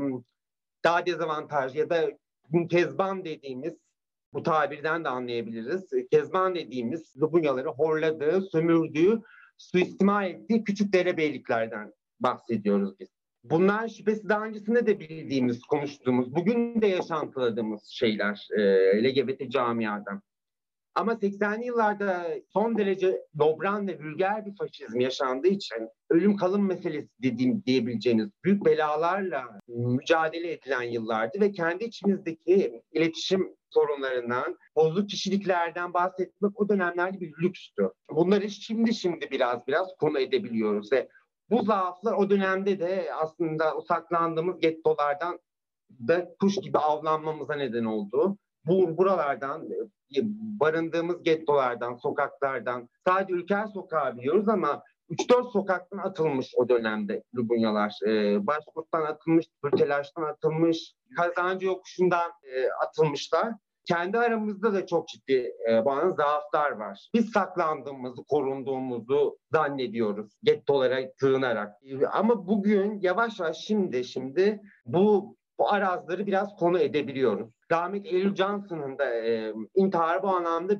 daha dezavantajlı ya da kezban dediğimiz, bu tabirden de anlayabiliriz. Kezban dediğimiz Lubunyaları horladığı, sömürdüğü, suistimal ettiği küçük derebeyliklerden bahsediyoruz biz. Bunlar şüphesiz daha öncesinde de bildiğimiz, konuştuğumuz, bugün de yaşantıladığımız şeyler LGBT camiadan. Ama 80'li yıllarda son derece dobran ve vulgar bir faşizm yaşandığı için ölüm kalım meselesi diyebileceğiniz büyük belalarla mücadele edilen yıllardı ve kendi içimizdeki iletişim sorunlarından, bozuk kişiliklerden bahsetmek o dönemlerde bir lükstü. Bunları şimdi biraz konu edebiliyoruz ve bu zaaflar o dönemde de aslında o saklandığımız gettolardan da kuş gibi avlanmamıza neden oldu. Buralardan, barındığımız gettolardan, sokaklardan, sadece Ülker Sokağı biliyoruz ama 3-4 sokaktan atılmış o dönemde Lubunyalar. Başkurt'tan atılmış, Pürtelaş'tan atılmış, Kazancı Yokuşu'ndan atılmışlar. Kendi aramızda da çok ciddi bazı zaaflar var. Biz saklandığımızı, korunduğumuzu zannediyoruz gettolara sığınarak. Ama bugün yavaş yavaş şimdi bu arazları biraz konu edebiliyoruz. Rahmetli Eylül Johnson'ın da intiharı bu anlamda bir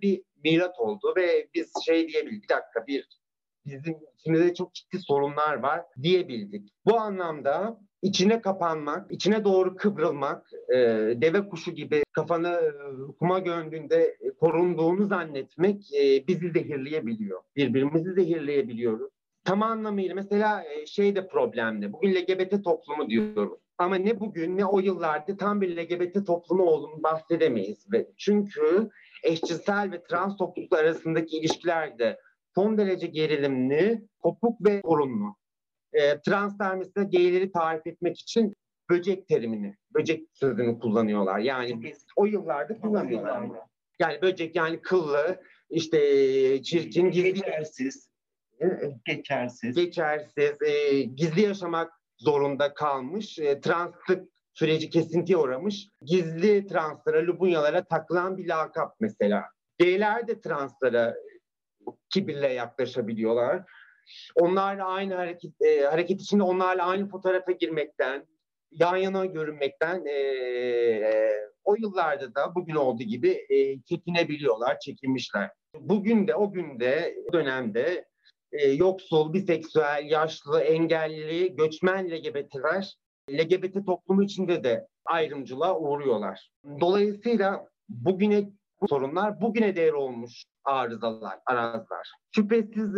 milat oldu ve biz şey diyebildik, bir dakika, bizim içimizde çok ciddi sorunlar var diyebildik. Bu anlamda içine kapanmak, içine doğru kıvrılmak, deve kuşu gibi kafanı kuma gömdüğünde korunduğunu zannetmek bizi zehirleyebiliyor. Birbirimizi zehirleyebiliyoruz. Tam anlamıyla mesela şey de problemli. Bugün LGBT toplumu diyoruz. Ama ne bugün ne o yıllarda tam bir LGBT toplumu olduğunu bahsedemeyiz. Çünkü eşcinsel ve trans topluluklar arasındaki ilişkiler de son derece gerilimli, kopuk ve sorunlu. Translar mesela gayleri tarif etmek için böcek terimini, böcek sözünü kullanıyorlar. Yani o yıllarda kullanıyorlar. Yani böcek, yani kıllı, işte çirkin, geçersiz, gizli yaşamak zorunda kalmış, translık süreci kesintiye uğramış, gizli translara, lubunyalara takılan bir lakap mesela. Gayler de translara kibirle yaklaşabiliyorlar. Onlarla aynı hareket içinde onlarla aynı fotoğrafa girmekten, yan yana görünmekten o yıllarda da bugün olduğu gibi çekinebiliyorlar, çekinmişler. Bugün de o günde, o dönemde yoksul, biseksüel, yaşlı, engelli, göçmen LGBT'ler, LGBT toplumu içinde de ayrımcılığa uğruyorlar. Dolayısıyla bugüne bu sorunlar bugüne değer olmuş arızalar, arazlar. Şüphesiz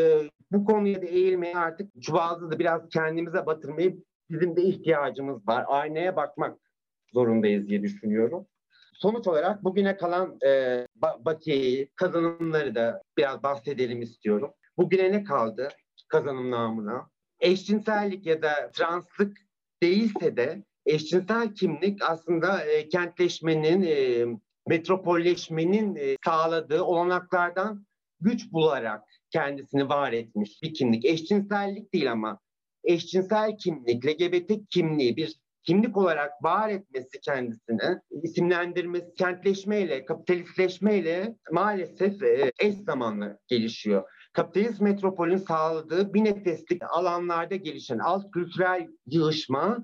bu konuya da eğilmeye, artık çuvaldızı da biraz kendimize batırmayıp bizim de ihtiyacımız var. Aynaya bakmak zorundayız diye düşünüyorum. Sonuç olarak bugüne kalan bakiyeyi, kazanımları da biraz bahsedelim istiyorum. Bugüne ne kaldı kazanım namına? Eşcinsellik ya da translık değilse de eşcinsel kimlik aslında kentleşmenin, metropolleşmenin sağladığı olanaklardan güç bularak kendisini var etmiş bir kimlik. Eşcinsellik değil ama eşcinsel kimlik, LGBT kimliği bir kimlik olarak var etmesi, kendisini isimlendirmesi kentleşmeyle, kapitalistleşmeyle maalesef eş zamanlı gelişiyor. Kapitalist metropolün sağladığı bir nefeslik alanlarda gelişen alt kültürel yığışma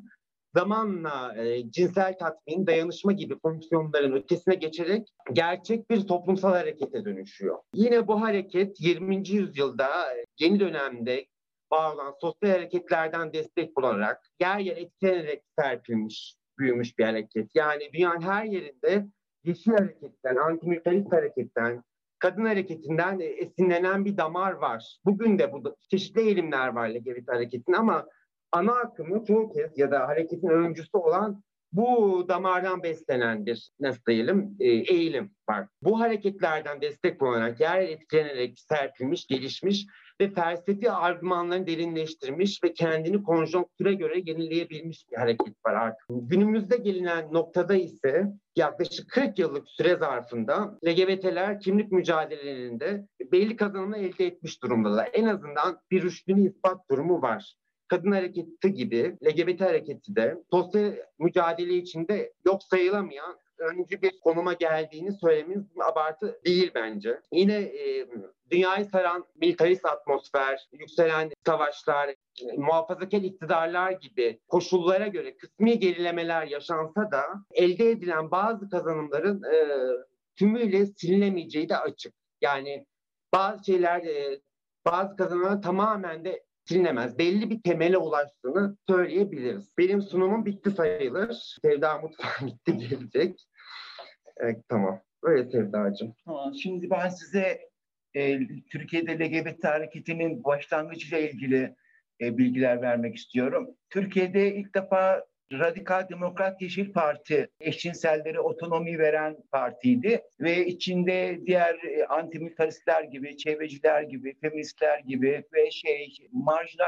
zamanla cinsel tatmin, dayanışma gibi fonksiyonların ötesine geçerek gerçek bir toplumsal harekete dönüşüyor. Yine bu hareket 20. yüzyılda yeni dönemde var olan sosyal hareketlerden destek bularak yer yer etkilenerek serpilmiş, büyümüş bir hareket. Yani dünyanın her yerinde yeşil hareketten, antimilitarist hareketten, kadın hareketinden esinlenen bir damar var. Bugün de bu çeşitli eğilimler var LGBT hareketinin ama ana akımı çoğu kez ya da hareketin öncüsü olan bu damardan beslenen bir, nasıl diyelim, eğilim var. Bu hareketlerden destek bulunarak yer etkilenerek serpilmiş, gelişmiş ve felsefi argümanlarını derinleştirmiş ve kendini konjonktüre göre yenileyebilmiş bir hareket var artık. Günümüzde gelinen noktada ise yaklaşık 40 yıllık süre zarfında LGBT'ler kimlik mücadelelerinde belli kazanımlar elde etmiş durumdalar. En azından bir rüştünü ispat durumu var. Kadın hareketi gibi LGBT hareketi de sosyal mücadele içinde yok sayılamayan öncü bir konuma geldiğini söylememiz abartı değil bence. Yine dünyayı saran militarist atmosfer, yükselen savaşlar, muhafazakar iktidarlar gibi koşullara göre kısmi gerilemeler yaşansa da elde edilen bazı kazanımların tümüyle silinemeyeceği de açık. Yani bazı şeyler, bazı kazanımlar tamamen de silinemez. Belli bir temele ulaştığını söyleyebiliriz. Benim sunumum bitti sayılır. Sevda mutfağa gitti, gelecek. Evet, tamam. Öyle Sevdacığım. Tamam. Şimdi ben size Türkiye'de LGBT hareketinin başlangıcıyla ilgili bilgiler vermek istiyorum. Türkiye'de ilk defa Radikal Demokrat Yeşil Parti eşcinsellere otonomi veren partiydi ve içinde diğer antimilitaristler gibi, çevreciler gibi, feministler gibi ve marjinal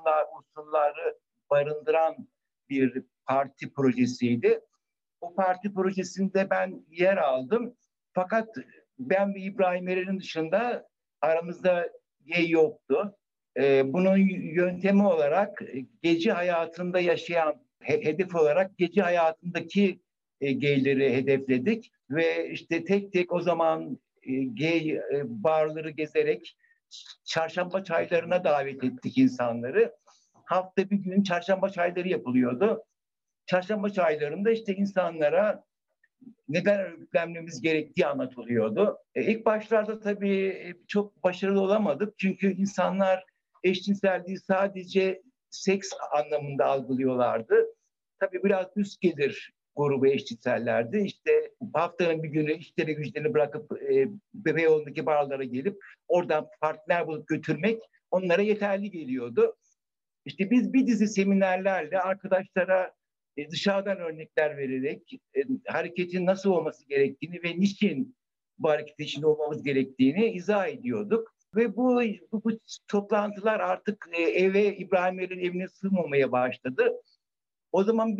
unsurları barındıran bir parti projesiydi. O parti projesinde ben yer aldım. Fakat ben ve İbrahim Eren'in dışında aramızda gay yoktu. Bunun yöntemi olarak gece hayatında yaşayan, hedef olarak gece hayatındaki gayleri hedefledik. Ve işte tek tek o zaman gay barları gezerek çarşamba çaylarına davet ettik insanları. Hafta bir gün çarşamba çayları yapılıyordu. Çarşamba çaylarında işte insanlara neden örgütlenmemiz gerektiği anlatılıyordu. İlk başlarda tabii çok başarılı olamadık. Çünkü insanlar eşcinselliği sadece seks anlamında algılıyorlardı. Tabii biraz üst gelir grubu eşcinsellerdi. İşte haftanın bir günü işleri güçlerini bırakıp Beyoğlu'ndaki barlara gelip oradan partner bulup götürmek onlara yeterli geliyordu. İşte biz bir dizi seminerlerle arkadaşlara dışarıdan örnekler vererek hareketin nasıl olması gerektiğini ve niçin bu hareket içinde olmamız gerektiğini izah ediyorduk. Ve bu toplantılar artık İbrahim Er'in evine sığmamaya başladı. O zaman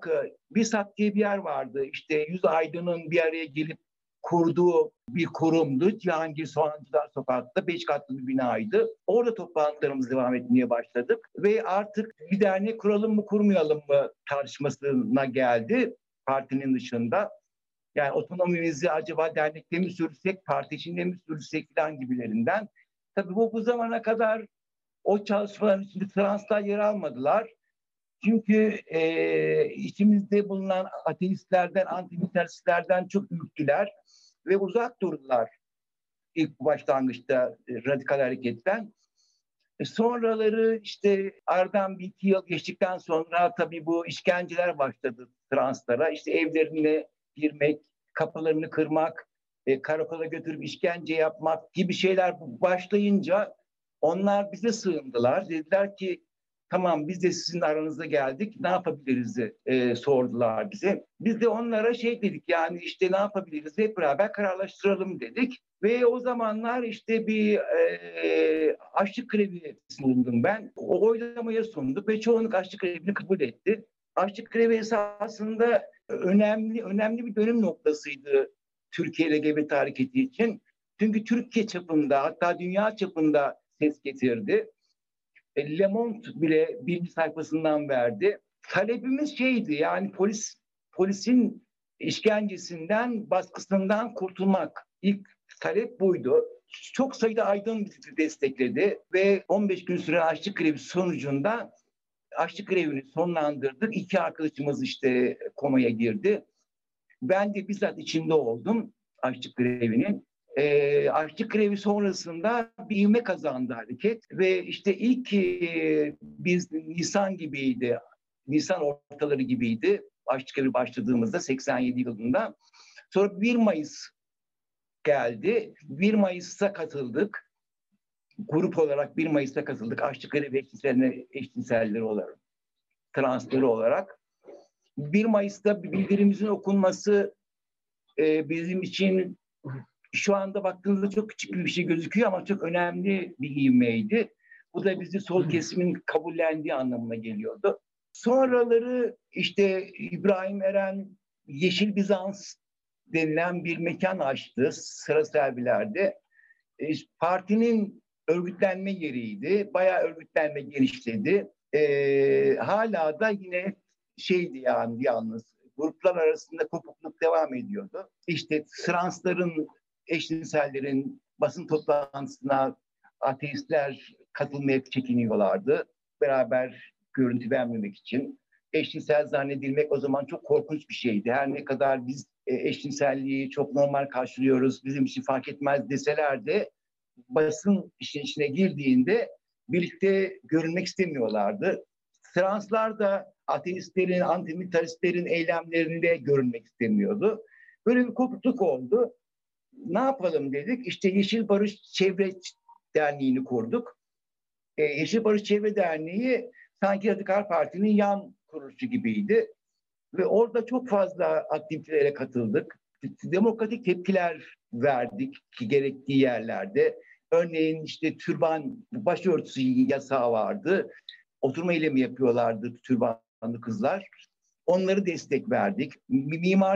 BİSAK diye bir yer vardı. İşte 100 aydının bir araya gelip kurduğu bir kurumdu. Cihangir Soğancılar Sokak'ta 5 katlı bir binaydı. Orada toplantılarımız devam etmeye başladık. Ve artık bir dernek kuralım mı kurmayalım mı tartışmasına geldi partinin dışında. Yani otonomimizi acaba dernekte mi sürsek, parti içinde mi sürsek falan gibilerinden. Tabii bu zamana kadar o çalışmaların içinde translar yer almadılar. Çünkü içimizde bulunan ateistlerden, antimilitaristlerden çok ürktüler ve uzak durdular ilk başlangıçta radikal hareketten. Sonraları işte aradan bir iki yıl geçtikten sonra tabii bu işkenceler başladı translara. İşte evlerine girmek, kapılarını kırmak, karakola götürüp işkence yapmak gibi şeyler başlayınca onlar bize sığındılar. Dediler ki tamam biz de sizin aranızda geldik ne yapabiliriz sordular bize. Biz de onlara dedik yani işte ne yapabiliriz hep beraber kararlaştıralım dedik. Ve o zamanlar işte bir açlık grevi sundum ben. O oylamaya sunduk ve çoğunluk açlık grevini kabul etti. Açlık grevi esasında önemli bir dönüm noktasıydı Türkiye LGBT hareketi için. Çünkü Türkiye çapında hatta dünya çapında ses getirdi. Le Monde bile birinci sayfasından verdi. Talebimiz yani polisin işkencesinden, baskısından kurtulmak. İlk talep buydu. Çok sayıda aydın bizi destekledi ve 15 gün süren açlık grevi sonucunda açlık grevini sonlandırdık. 2 arkadaşımız işte komaya girdi. Ben de bizzat içinde oldum açlık grevinin. Açlık grevi sonrasında bir ivme kazandı hareket ve işte ilk biz Nisan gibiydi, Nisan ortaları gibiydi açlık grevi başladığımızda 87 yılında. Sonra 1 Mayıs geldi. 1 Mayıs'ta katıldık. Grup olarak 1 Mayıs'ta katıldık. Açlık grevi eşcinselleri olarak, transları olarak. 1 Mayıs'ta bildirimizin okunması bizim için şu anda baktığınızda çok küçük bir şey gözüküyor ama çok önemli bir ivmeydi. Bu da bizi sol kesimin kabullendiği anlamına geliyordu. Sonraları işte İbrahim Eren Yeşil Bizans denilen bir mekan açtı Sıra Servilerde. Partinin örgütlenme yeriydi. Bayağı örgütlenme genişledi. Hala da yine yani yalnız gruplar arasında kopukluk devam ediyordu. İşte transların, eşcinsellerin basın toplantısına ateistler katılmaya çekiniyorlardı. Beraber görüntü vermemek için. Eşcinsel zannedilmek o zaman çok korkunç bir şeydi. Her ne kadar biz eşcinselliği çok normal karşılıyoruz, bizim için fark etmez deseler de basın işin içine girdiğinde birlikte görünmek istemiyorlardı. Translar da ateistlerin, antimilitaristlerin eylemlerinde görünmek istemiyordu. Böyle bir kopukluk oldu. Ne yapalım dedik. İşte Yeşil Barış Çevre Derneği'ni kurduk. Yeşil Barış Çevre Derneği sanki Radikal Parti'nin yan kuruluşu gibiydi. Ve orada çok fazla aktivitelere katıldık. Demokratik tepkiler verdik ki gerektiği yerlerde. Örneğin işte türban, başörtüsü yasağı vardı. Oturma eylemi yapıyorlardı türbanlı kızlar. Onları destek verdik. Mimar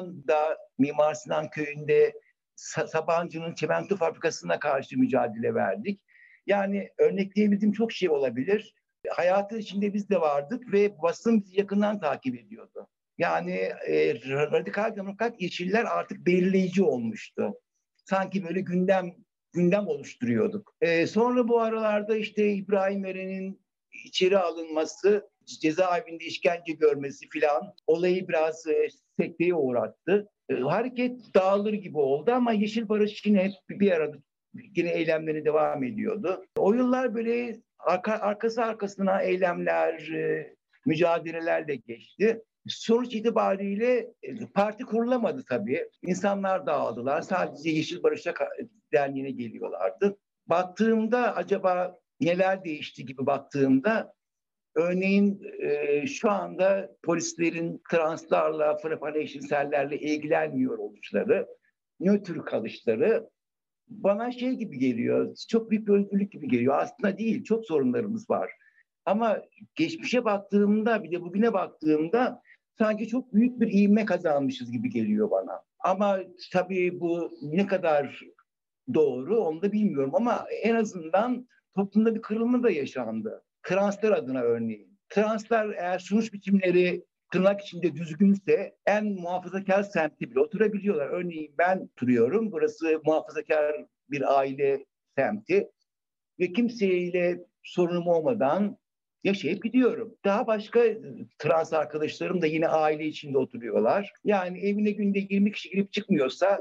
Sinan köyünde Sabancı'nın çimento fabrikasına karşı mücadele verdik. Yani örnekleyebildiğim çok şey olabilir. Hayatın içinde biz de vardık ve basın bizi yakından takip ediyordu. Yani radikal demokrat yeşiller artık belirleyici olmuştu. Sanki böyle gündem oluşturuyorduk. Sonra bu aralarda işte İbrahim Eren'in içeri alınması, cezaevinde işkence görmesi filan olayı biraz sekteye uğrattı. hareket dağılır gibi oldu ama Yeşil Barış yine hep bir arada yine eylemlerine devam ediyordu. O yıllar böyle arkası arkasına eylemler, mücadelelerle geçti. Sonuç itibariyle parti kurulamadı tabii. İnsanlar dağıldılar. Sadece Yeşil Barış'a Derneği'ne geliyorlardı. Baktığımda acaba neler değişti gibi baktığımda örneğin şu anda polislerin translarla, frappan eşcinsellerle ilgilenmiyor oluşları, nötr kalışları bana şey gibi geliyor, çok büyük bir özgürlük gibi geliyor. Aslında değil, çok sorunlarımız var. Ama geçmişe baktığımda, bir de bugüne baktığımda sanki çok büyük bir ivme kazanmışız gibi geliyor bana. Ama tabii bu ne kadar doğru onu da bilmiyorum ama en azından toplumda bir kırılma da yaşandı. Translar adına örneğin. Translar eğer sunuş biçimleri tırnak içinde düzgünse en muhafazakar semtte bile oturabiliyorlar. Örneğin ben oturuyorum. Burası muhafazakar bir aile semti ve kimseyle sorunum olmadan yaşayıp gidiyorum. Daha başka trans arkadaşlarım da yine aile içinde oturuyorlar. Yani evine günde 20 kişi girip çıkmıyorsa,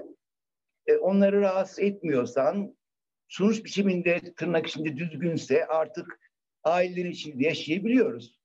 onları rahatsız etmiyorsan, sunuş biçiminde tırnak içinde düzgünse artık ailelerin içinde yaşayabiliyoruz.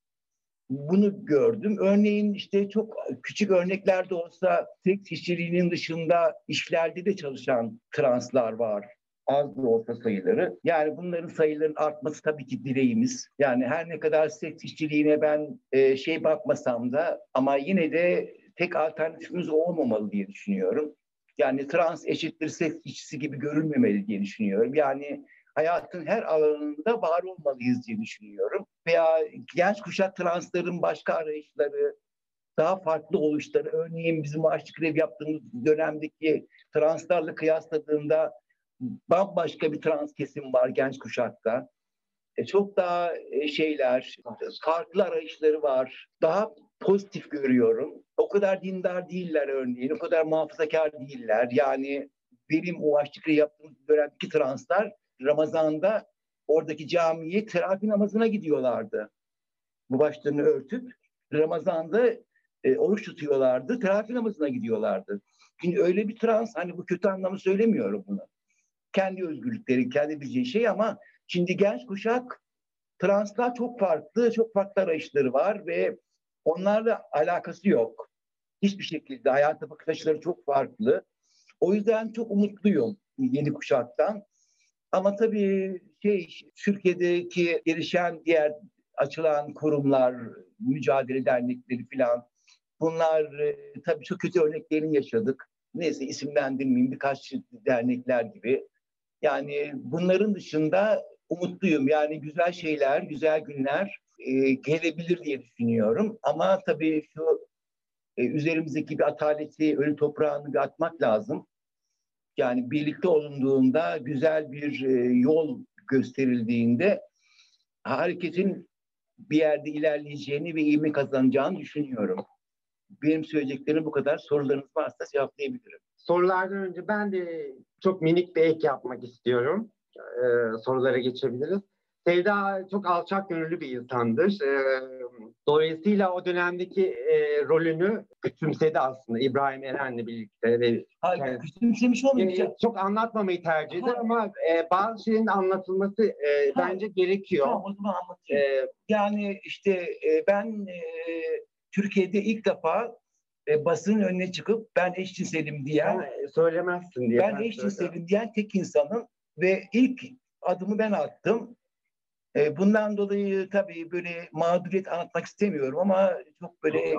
Bunu gördüm. Örneğin işte çok küçük örnekler de olsa seks işçiliğinin dışında işlerde de çalışan translar var. Az da olsa sayıları. Yani bunların sayıların artması tabii ki dileğimiz. Yani her ne kadar seks işçiliğine ben bakmasam da ama yine de tek alternatifimiz olmamalı diye düşünüyorum. Yani trans eşittir seks işçisi gibi görülmemeli diye düşünüyorum. Yani hayatın her alanında var olmalıyız diye düşünüyorum. Veya genç kuşak transların başka arayışları, daha farklı oluşları, örneğin bizim açlık grev yaptığımız dönemdeki translarla kıyasladığında bambaşka bir trans kesim var genç kuşakta. Çok daha farklı arayışları var. Daha pozitif görüyorum. O kadar dindar değiller örneğin, o kadar muhafazakar değiller. Yani benim o açlık grev yaptığımız dönemdeki translar Ramazan'da oradaki camiye teravih namazına gidiyorlardı. Bu başlarını örtüp Ramazan'da oruç tutuyorlardı, teravih namazına gidiyorlardı. Şimdi öyle bir trans, hani bu kötü anlamı söylemiyorum bunu. Kendi özgürlükleri, kendi bileceği şey ama şimdi genç kuşak translar çok farklı, çok farklı arayışları var ve onlarla alakası yok. Hiçbir şekilde hayata bakış açıları çok farklı. O yüzden çok umutluyum yeni kuşaktan. Ama tabii Türkiye'deki gelişen diğer açılan kurumlar, mücadele dernekleri falan bunlar tabii çok kötü örneklerini yaşadık. Neyse isimlendirmeyeyim birkaç dernekler gibi. Yani bunların dışında umutluyum. Yani güzel şeyler, güzel günler gelebilir diye düşünüyorum. Ama tabii şu üzerimizdeki bir ataleti, ölü toprağını bir atmak lazım. Yani birlikte olunduğunda, güzel bir yol gösterildiğinde hareketin bir yerde ilerleyeceğini ve ivme kazanacağını düşünüyorum. Benim söyleyeceklerim bu kadar. Sorularınız varsa cevaplayabilirim. Sorulardan önce ben de çok minik bir ek yapmak istiyorum. Sorulara geçebiliriz. Sevda çok alçak gönüllü bir insandır. Dolayısıyla o dönemdeki rolünü küçümsedi aslında İbrahim Eren'le birlikte. Ve küçümsemiş olmayacak. Çok anlatmamayı tercih eder ama bazı şeylerin anlatılması bence gerekiyor. Tamam, o zaman anlatayım. Yani işte ben Türkiye'de ilk defa basının önüne çıkıp ben eşcinselim diyen, söylemezsin diye. Ben eşcinselim diyen tek insanım ve ilk adımı ben attım. Bundan dolayı tabii böyle mağduriyet anlatmak istemiyorum ama çok böyle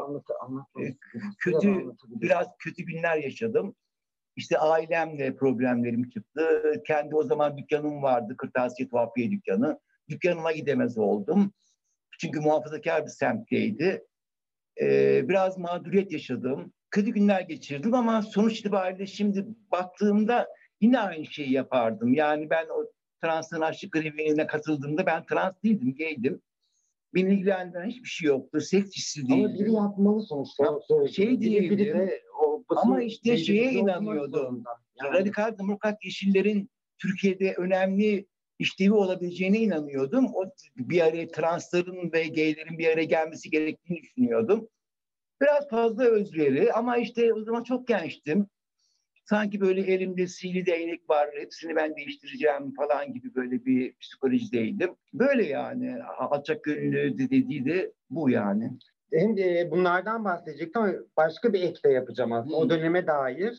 biraz kötü günler yaşadım. İşte ailemle problemlerim çıktı. Kendi o zaman dükkanım vardı, kırtasiye tuhafiye dükkanı. Dükkanıma gidemez oldum. Çünkü muhafazakar bir semtteydi. Biraz mağduriyet yaşadım. Kötü günler geçirdim ama sonuç itibariyle şimdi baktığımda yine aynı şeyi yapardım. Yani ben o transların açlık grevine katıldığımda ben trans değildim, gaydim. Beni ilgilendiren hiçbir şey yoktu. Seks işsiz değildim. Ama biri yapmalı sonuçta. Değildim. Ama işte şeye inanıyordum. Yani. Radikal Demokrat Yeşillerin Türkiye'de önemli işlevi olabileceğine inanıyordum. O bir araya transların ve gaylerin bir araya gelmesi gerektiğini düşünüyordum. Biraz fazla özveri ama işte o zaman çok gençtim. Sanki böyle elimde sihirli değnek var, hepsini ben değiştireceğim falan gibi böyle bir psikolojideydim. Böyle yani alçakgönüllü dediği de bu yani. Hem de bunlardan bahsedecektim ama başka bir ek de yapacağım aslında. O döneme dair.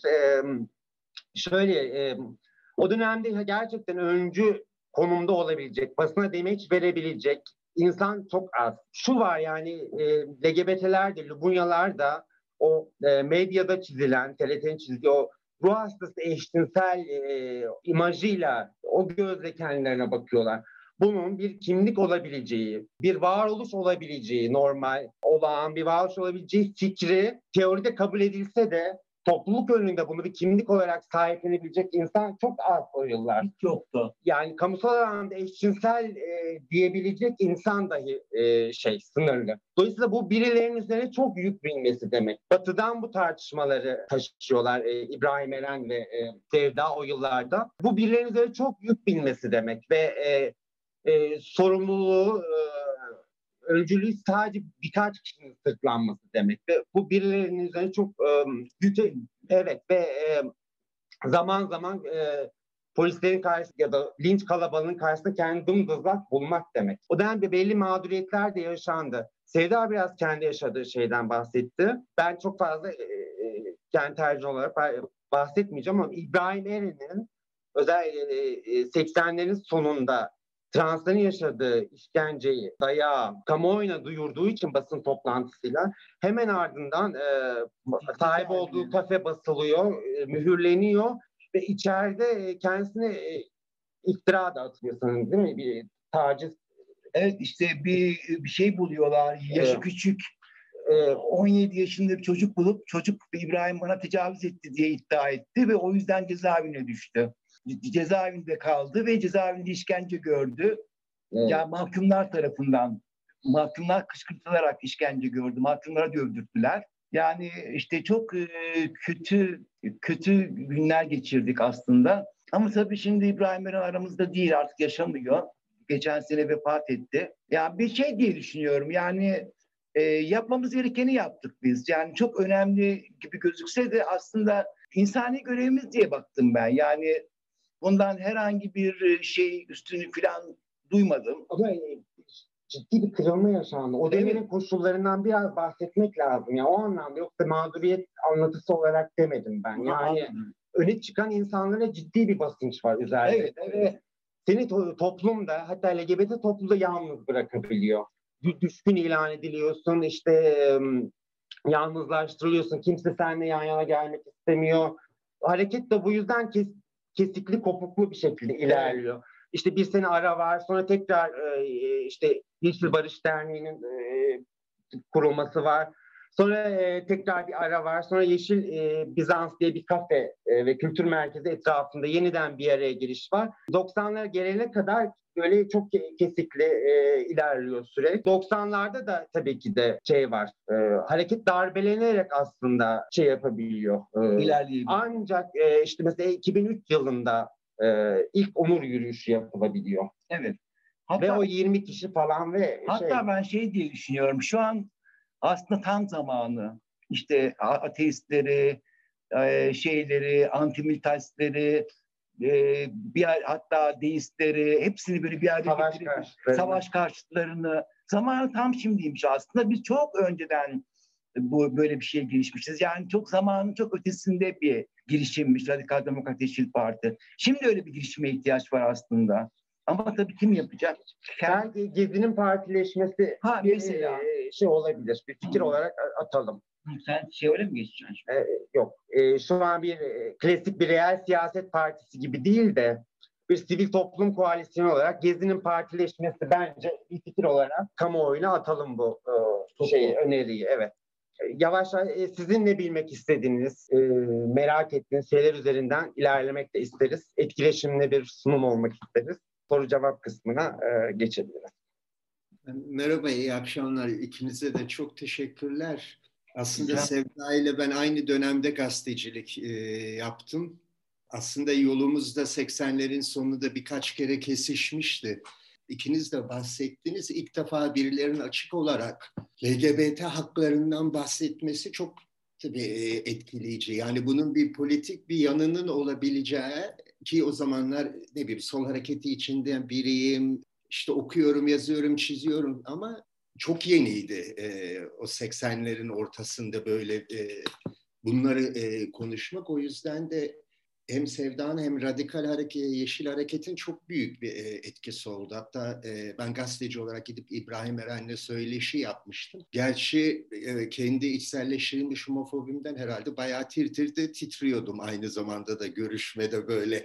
Şöyle, o dönemde gerçekten öncü konumda olabilecek, basına demeç verebilecek insan çok az. Şu var yani LGBT'ler de, Lubunyalar da o medyada çizilen, TRT'nin çizdiği o ruh hastası eşcinsel imajıyla o gözle kendilerine bakıyorlar. Bunun bir kimlik olabileceği, bir varoluş olabileceği, normal, olağan bir varoluş olabileceği fikri teoride kabul edilse de topluluk önünde bunu bir kimlik olarak sahiplenebilecek insan çok az o yıllar. Hiç yoktu. Yani kamusal alanda eşcinsel diyebilecek insan dahi sınırlı. Dolayısıyla bu birilerinin üzerine çok yük binmesi demek. Batı'dan bu tartışmaları taşıyorlar İbrahim Eren ve Sevda o yıllarda. Bu birilerinin üzerine çok yük binmesi demek ve sorumluluğu öncülüğü sadece birkaç kişinin sırtlanması demek. Ve bu birilerinin üzerine çok evet ve zaman zaman polislerin karşısında ya da linç kalabalığının karşısında kendi dımdızlak bulmak demek. O dönemde belli mağduriyetler de yaşandı. Sevda biraz kendi yaşadığı şeyden bahsetti. Ben çok fazla kendi tercih olarak bahsetmeyeceğim ama İbrahim Eren'in özellikle 80'lerin sonunda transların yaşadığı işkenceyi, dayağı kamuoyuna duyurduğu için basın toplantısıyla hemen ardından sahip olduğu kafe basılıyor, mühürleniyor ve içeride kendisine iftira da atıyor sanırım değil mi? Bir taciz. Evet işte bir şey buluyorlar. Yaşı küçük. 17 yaşında bir çocuk bulup çocuk İbrahim bana tecavüz etti diye iddia etti ve o yüzden cezaevine düştü. Cezaevinde kaldı ve cezaevinde işkence gördü. Evet. Ya mahkumlar tarafından, mahkumlar kışkırtılarak işkence gördü. Mahkumlara dövdürttüler. Yani işte çok kötü günler geçirdik aslında. Ama tabii şimdi İbrahim Eren aramızda değil, artık yaşamıyor. Geçen sene vefat etti. Yani bir şey diye düşünüyorum. Yani yapmamız gerekeni yaptık biz. Yani çok önemli gibi gözükse de aslında insani görevimiz diye baktım ben. Yani bundan herhangi bir şey üstünü falan duymadım. Ama ciddi bir kırılma yaşandı. O dönemin koşullarından biraz bahsetmek lazım. Yani o anlamda, yoksa mağduriyet anlatısı olarak demedim ben. Yani öne çıkan insanlara ciddi bir basınç var üzerinde. Evet. Seni toplumda, hatta LGBT toplumda yalnız bırakabiliyor. Düşkün ilan ediliyorsun, işte yalnızlaştırılıyorsun. Kimse seninle yan yana gelmek istemiyor. Hareket de bu yüzden kesikli, kopuklu bir şekilde ilerliyor. Evet. İşte bir sene ara var, sonra tekrar işte Yeşil Barış Derneği'nin kurulması var. Sonra tekrar bir ara var. Sonra Yeşil Bizans diye bir kafe ve kültür merkezi etrafında yeniden bir araya giriş var. 90'lara gelene kadar böyle çok kesikli ilerliyor süreç. 90'larda da tabii ki de var. Hareket darbelenerek aslında yapabiliyor. İlerleyebiliyor. Ancak işte mesela 2003 yılında ilk onur yürüyüşü yapılabiliyor. Evet. Ve o 20 kişi falan ve hatta ben diye düşünüyorum. Şu an aslında tam zamanı. İşte ateistleri, antimilitaristleri, hatta deistleri, hepsini böyle bir araya getirip savaş karşıtlarını, zamanı tam şimdiymiş aslında. Biz çok önceden böyle bir şeye girişmişiz. Yani çok zamanın çok ötesinde bir girişimmiş Radikal Demokrat Yeşil Parti. Şimdi öyle bir girişime ihtiyaç var aslında. Ama tabii kim yapacak? Belki Gezi'nin partileşmesi mesela olabilir. Bir fikir olarak atalım. Sen öyle mi geçeceksin? Yok. Şu an bir klasik bir reel siyaset partisi gibi değil de bir sivil toplum koalisyonu olarak Gezi'nin partileşmesi bence bir fikir olarak kamuoyuna atalım bu öneriyi. Evet. Yavaş sizin ne bilmek istediğiniz, merak ettiğiniz şeyler üzerinden ilerlemek de isteriz. Etkileşimli bir sunum olmak isteriz. Soru cevap kısmına geçebiliriz. Merhaba, iyi akşamlar. İkinize de çok teşekkürler. Aslında Sevda ile ben aynı dönemde gazetecilik yaptım. Aslında yolumuz da 80'lerin sonunda birkaç kere kesişmişti. ikiniz de bahsettiniz. İlk defa birilerinin açık olarak LGBT haklarından bahsetmesi çok tabii etkileyici. Yani bunun bir politik bir yanının olabileceği, ki o zamanlar ne bileyim sol hareketi içinden biriyim. İşte okuyorum, yazıyorum, çiziyorum ama çok yeniydi o 80'lerin ortasında böyle bunları konuşmak. O yüzden de hem Sevda'nın hem radikal hareket, Yeşil Hareket'in çok büyük bir etkisi oldu. Hatta ben gazeteci olarak gidip İbrahim Eren'le söyleşi yapmıştım. Gerçi kendi içselleştirilmiş homofobimden herhalde bayağı tir titriyordum aynı zamanda da görüşmede böyle.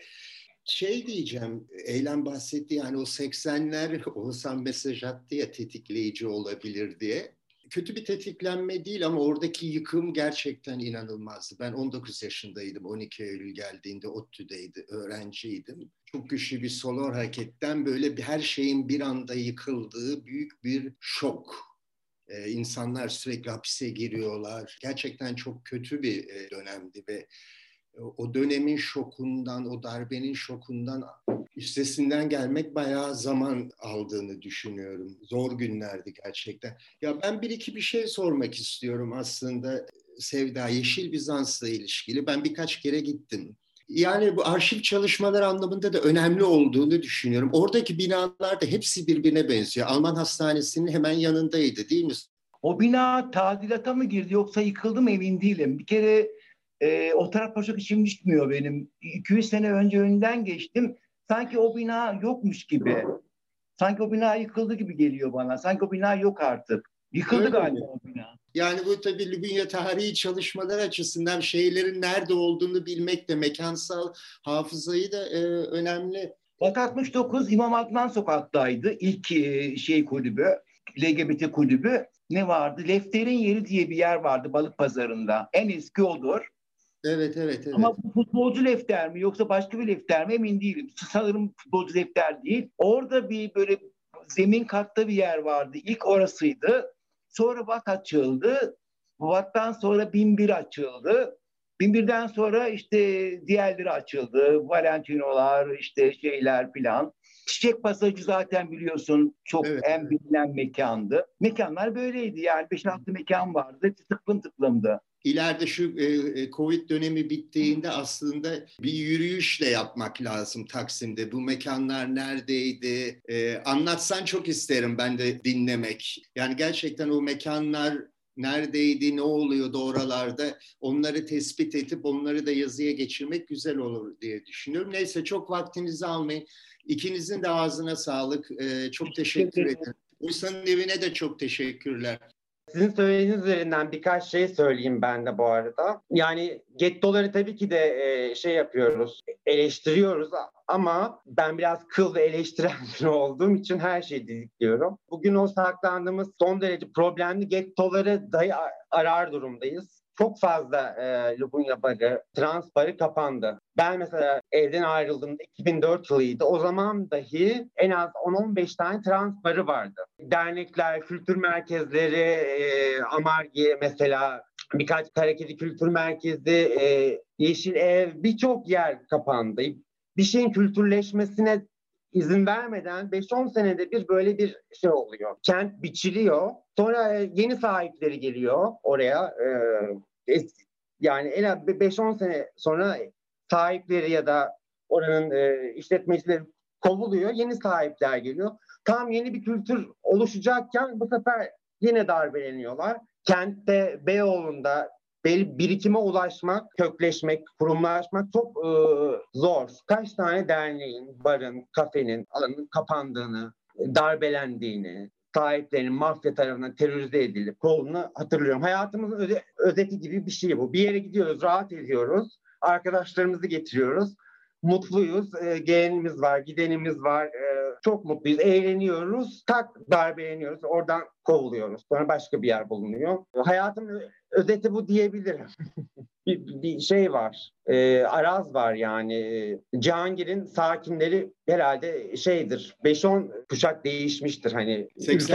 Şey diyeceğim, Eylem bahsetti yani o 80'ler Oğuzhan mesaj attı ya tetikleyici olabilir diye. Kötü bir tetiklenme değil ama oradaki yıkım gerçekten inanılmazdı. Ben 19 yaşındaydım, 12 Eylül geldiğinde ODTÜ'deydi, öğrenciydim. Çok güçlü bir solor hareketten böyle her şeyin bir anda yıkıldığı büyük bir şok. İnsanlar sürekli hapise giriyorlar. Gerçekten çok kötü bir dönemdi ve o dönemin şokundan, o darbenin şokundan üstesinden gelmek bayağı zaman aldığını düşünüyorum. Zor günlerdi gerçekten. Ya ben bir şey sormak istiyorum aslında Sevda, Yeşil Bizans'la ilişkili. Ben birkaç kere gittim. Yani bu arşiv çalışmaları anlamında da önemli olduğunu düşünüyorum. Oradaki binalar da hepsi birbirine benziyor. Alman Hastanesi'nin hemen yanındaydı değil mi? O bina tadilata mı girdi yoksa yıkıldı mı emin değilim. Bir kere o taraf çok içim düşmüyor benim. 200 sene önce önünden geçtim. Sanki o bina yokmuş gibi. Sanki o bina yıkıldı gibi geliyor bana. Sanki o bina yok artık. Yıkıldı Öyle galiba mi? o bina. Yani bu tabii Lübnya tarihi çalışmalar açısından şeylerin nerede olduğunu bilmek de mekansal hafızayı da önemli. Bak 69 İmam Adnan Sokak'taydı. İlk kulübü, LGBT kulübü. Ne vardı? Lefter'in Yeri diye bir yer vardı Balık Pazarı'nda. En eski odur. Evet. Ama bu futbolcu Lefter mi yoksa başka bir Lefter mi emin değilim. Sanırım futbolcu Lefter değil. Orada bir böyle zemin katta bir yer vardı. İlk orasıydı. Sonra VAT açıldı. VAT'tan sonra 1001 açıldı. 1001'den sonra işte diğerleri açıldı. Valentinolar, işte şeyler filan. Çiçek Pasajı zaten biliyorsun çok Evet. en bilinen mekandı. Mekanlar böyleydi yani 5-6 mekan vardı. Tıklım tıklımdı. İleride şu Covid dönemi bittiğinde aslında bir yürüyüş de yapmak lazım Taksim'de. Bu mekanlar neredeydi? Anlatsan çok isterim ben de dinlemek. Yani gerçekten o mekanlar neredeydi, ne oluyordu oralarda? Onları tespit edip onları da yazıya geçirmek güzel olur diye düşünüyorum. Neyse çok vaktinizi almayın. İkinizin de ağzına sağlık. Çok teşekkür ederim. Uysal'ın evine de çok teşekkürler. Sizin söylediğiniz üzerinden birkaç şey söyleyeyim ben de bu arada. Yani gettoları tabii ki de şey yapıyoruz, eleştiriyoruz ama ben biraz kıl ve eleştiren biri olduğum için her şeyi didikliyorum. Bugün o saklandığımız son derece problemli gettoları dahi arar durumdayız. Çok fazla Lubunya barı, trans barı kapandı. Ben mesela evden ayrıldığımda 2004 yılıydı. O zaman dahi en az 10-15 tane trans barı vardı. Dernekler, kültür merkezleri, Amargi mesela birkaç hareketli kültür merkezi, Yeşil Ev birçok yer kapandı. Bir şeyin kültürleşmesine izin vermeden 5-10 senede bir böyle bir şey oluyor. Kent biçiliyor. Sonra yeni sahipleri geliyor oraya. Yani en az 5-10 sene sonra sahipleri ya da oranın işletmecileri kovuluyor. Yeni sahipler geliyor. Tam yeni bir kültür oluşacakken bu sefer yine darbeleniyorlar. Kentte, Beyoğlu'nda birikime ulaşmak, kökleşmek, kurumlaşmak çok zor. Kaç tane derneğin, barın, kafenin, alanın kapandığını, darbelendiğini, sahiplerinin mafya tarafından terörize edilip kovulduğunu hatırlıyorum. Hayatımızın özeti gibi bir şey bu. Bir yere gidiyoruz, rahat ediyoruz, arkadaşlarımızı getiriyoruz. Mutluyuz, gelenimiz var, gidenimiz var, çok mutluyuz, eğleniyoruz, darbeleniyoruz, oradan kovuluyoruz. Sonra başka bir yer bulunuyor. Hayatın özeti bu diyebilirim. bir şey var, Araz var yani. Cihangir'in sakinleri herhalde şeydir, 5-10 kuşak değişmiştir. Hani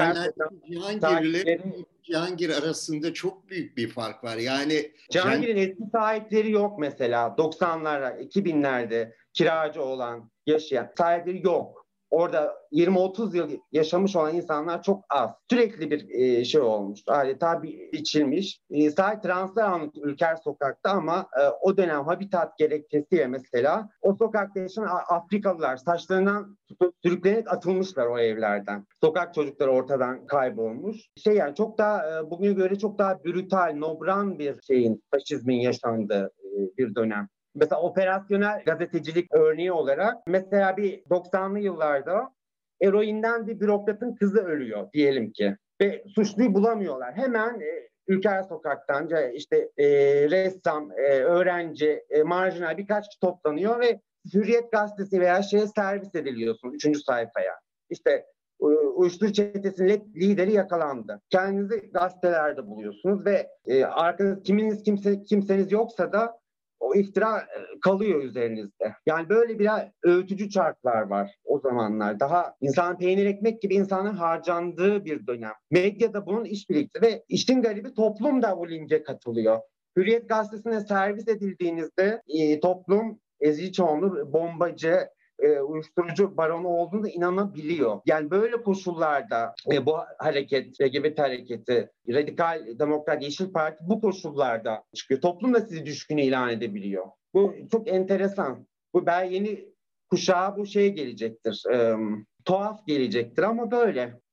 80'lerde Cihangir arasında çok büyük bir fark var. Yani Cihangir'in eski sahipleri yok mesela. 90'larda, 2000'lerde kiracı olan, yaşayan sahipleri yok. orada 20-30 yıl yaşamış olan insanlar çok az. Sürekli bir şey olmuş. Adeta biçilmiş. Sadece translar anlatıyor Ülker Sokak'ta ama o dönem habitat gerekçesiyle mesela o sokakta yaşayan Afrikalılar saçlarından sürüklenerek atılmışlar o evlerden. Sokak çocukları ortadan kaybolmuş. Yani çok daha bugüne göre çok daha brutal, nobran bir şeyin, faşizmin yaşandığı bir dönem. Mesela operasyonel gazetecilik örneği olarak mesela bir 90'lı yıllarda eroinden bir bürokratın kızı ölüyor diyelim ki ve suçluyu bulamıyorlar. Hemen Ülker Sokak'tan işte ressam, öğrenci, marjinal birkaç kişi toplanıyor ve Hürriyet Gazetesi veya şeye servis ediliyorsun 3. sayfaya. İşte uyuşturucu çetesinin lideri yakalandı. Kendinizi gazetelerde buluyorsunuz ve arkanız kimseniz yoksa da o iftira kalıyor üzerinizde. Yani böyle biraz öğütücü çarklar var o zamanlar. Daha insan peynir ekmek gibi insanın harcandığı bir dönem. Medyada bunun işbirlikte ve işin garibi toplum da bu lince katılıyor. Hürriyet Gazetesi'ne servis edildiğinizde toplum ezici çoğunluğu bombacı, uyuşturucu baronu olduğunu da inanabiliyor. Yani böyle koşullarda bu hareket, LGBT hareketi, Radikal Demokrat Yeşil Parti bu koşullarda çıkıyor. Toplum da sizi düşkün ilan edebiliyor. Bu çok enteresan. Bu yeni kuşağa bu şey gelecektir. Tuhaf gelecektir ama böyle.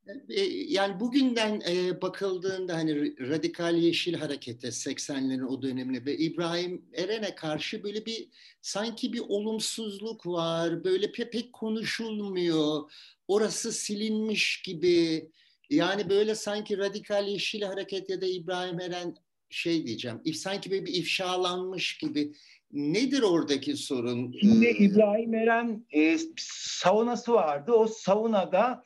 Yani bugünden bakıldığında hani Radikal Yeşil Harekete 80'lerin o dönemine ve İbrahim Eren'e karşı böyle bir sanki bir olumsuzluk var. Böyle pek konuşulmuyor. Orası silinmiş gibi. Yani böyle sanki Radikal Yeşil Hareket ya da İbrahim Eren şey diyeceğim. Sanki böyle bir ifşalanmış gibi. Nedir oradaki sorun? Şimdi İbrahim Eren saunası vardı. O saunada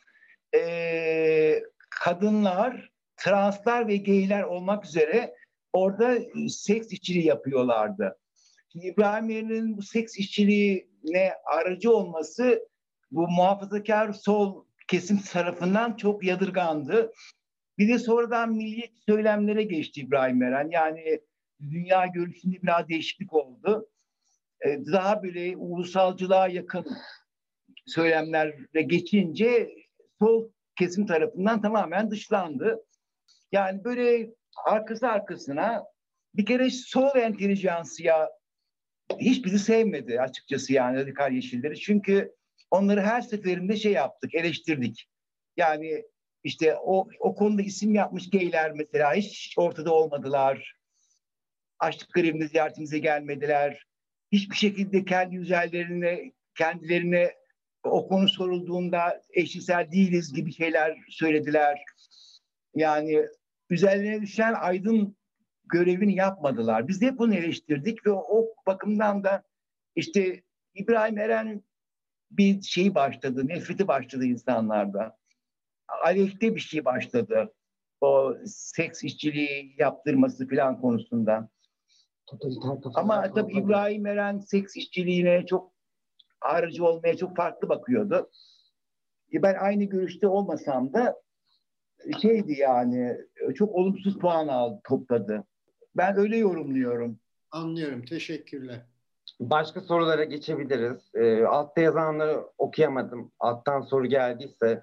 kadınlar, translar ve geyler olmak üzere orada seks işçiliği yapıyorlardı. Şimdi İbrahim Eren'in bu seks işçiliğine aracı olması bu muhafazakar sol kesim tarafından çok yadırgandı. Bir de sonradan milliyetçi söylemlere geçti İbrahim Eren. Yani dünya görüşünde biraz değişiklik oldu. Daha böyle ulusalcılığa yakın söylemlere geçince sol kesim tarafından tamamen dışlandı. Yani böyle arkası arkasına bir kere sol entelijansiya hiçbiri sevmedi açıkçası yani radikal yeşilleri. Çünkü onları her seferinde şey yaptık, eleştirdik. Yani işte o konuda isim yapmış geyler mesela hiç ortada olmadılar. Açlık grevinde ziyaretimize gelmediler. Hiçbir şekilde kendilerine o konu sorulduğunda eşcinsel değiliz gibi şeyler söylediler. Yani üzerlerine düşen aydın görevini yapmadılar. Biz de hep bunu eleştirdik ve o bakımdan da işte İbrahim Eren bir şey başladı, nefreti başladı insanlarda. Aleyhte bir şey başladı. O seks işçiliği yaptırması falan konusunda. Ama tabii İbrahim Eren seks işçiliğine çok aracı olmaya çok farklı bakıyordu. Ben aynı görüşte olmasam da şeydi yani çok olumsuz puan topladı. Ben öyle yorumluyorum. Anlıyorum. Teşekkürler. Başka sorulara geçebiliriz. Altta yazanları okuyamadım. Alttan soru geldiyse.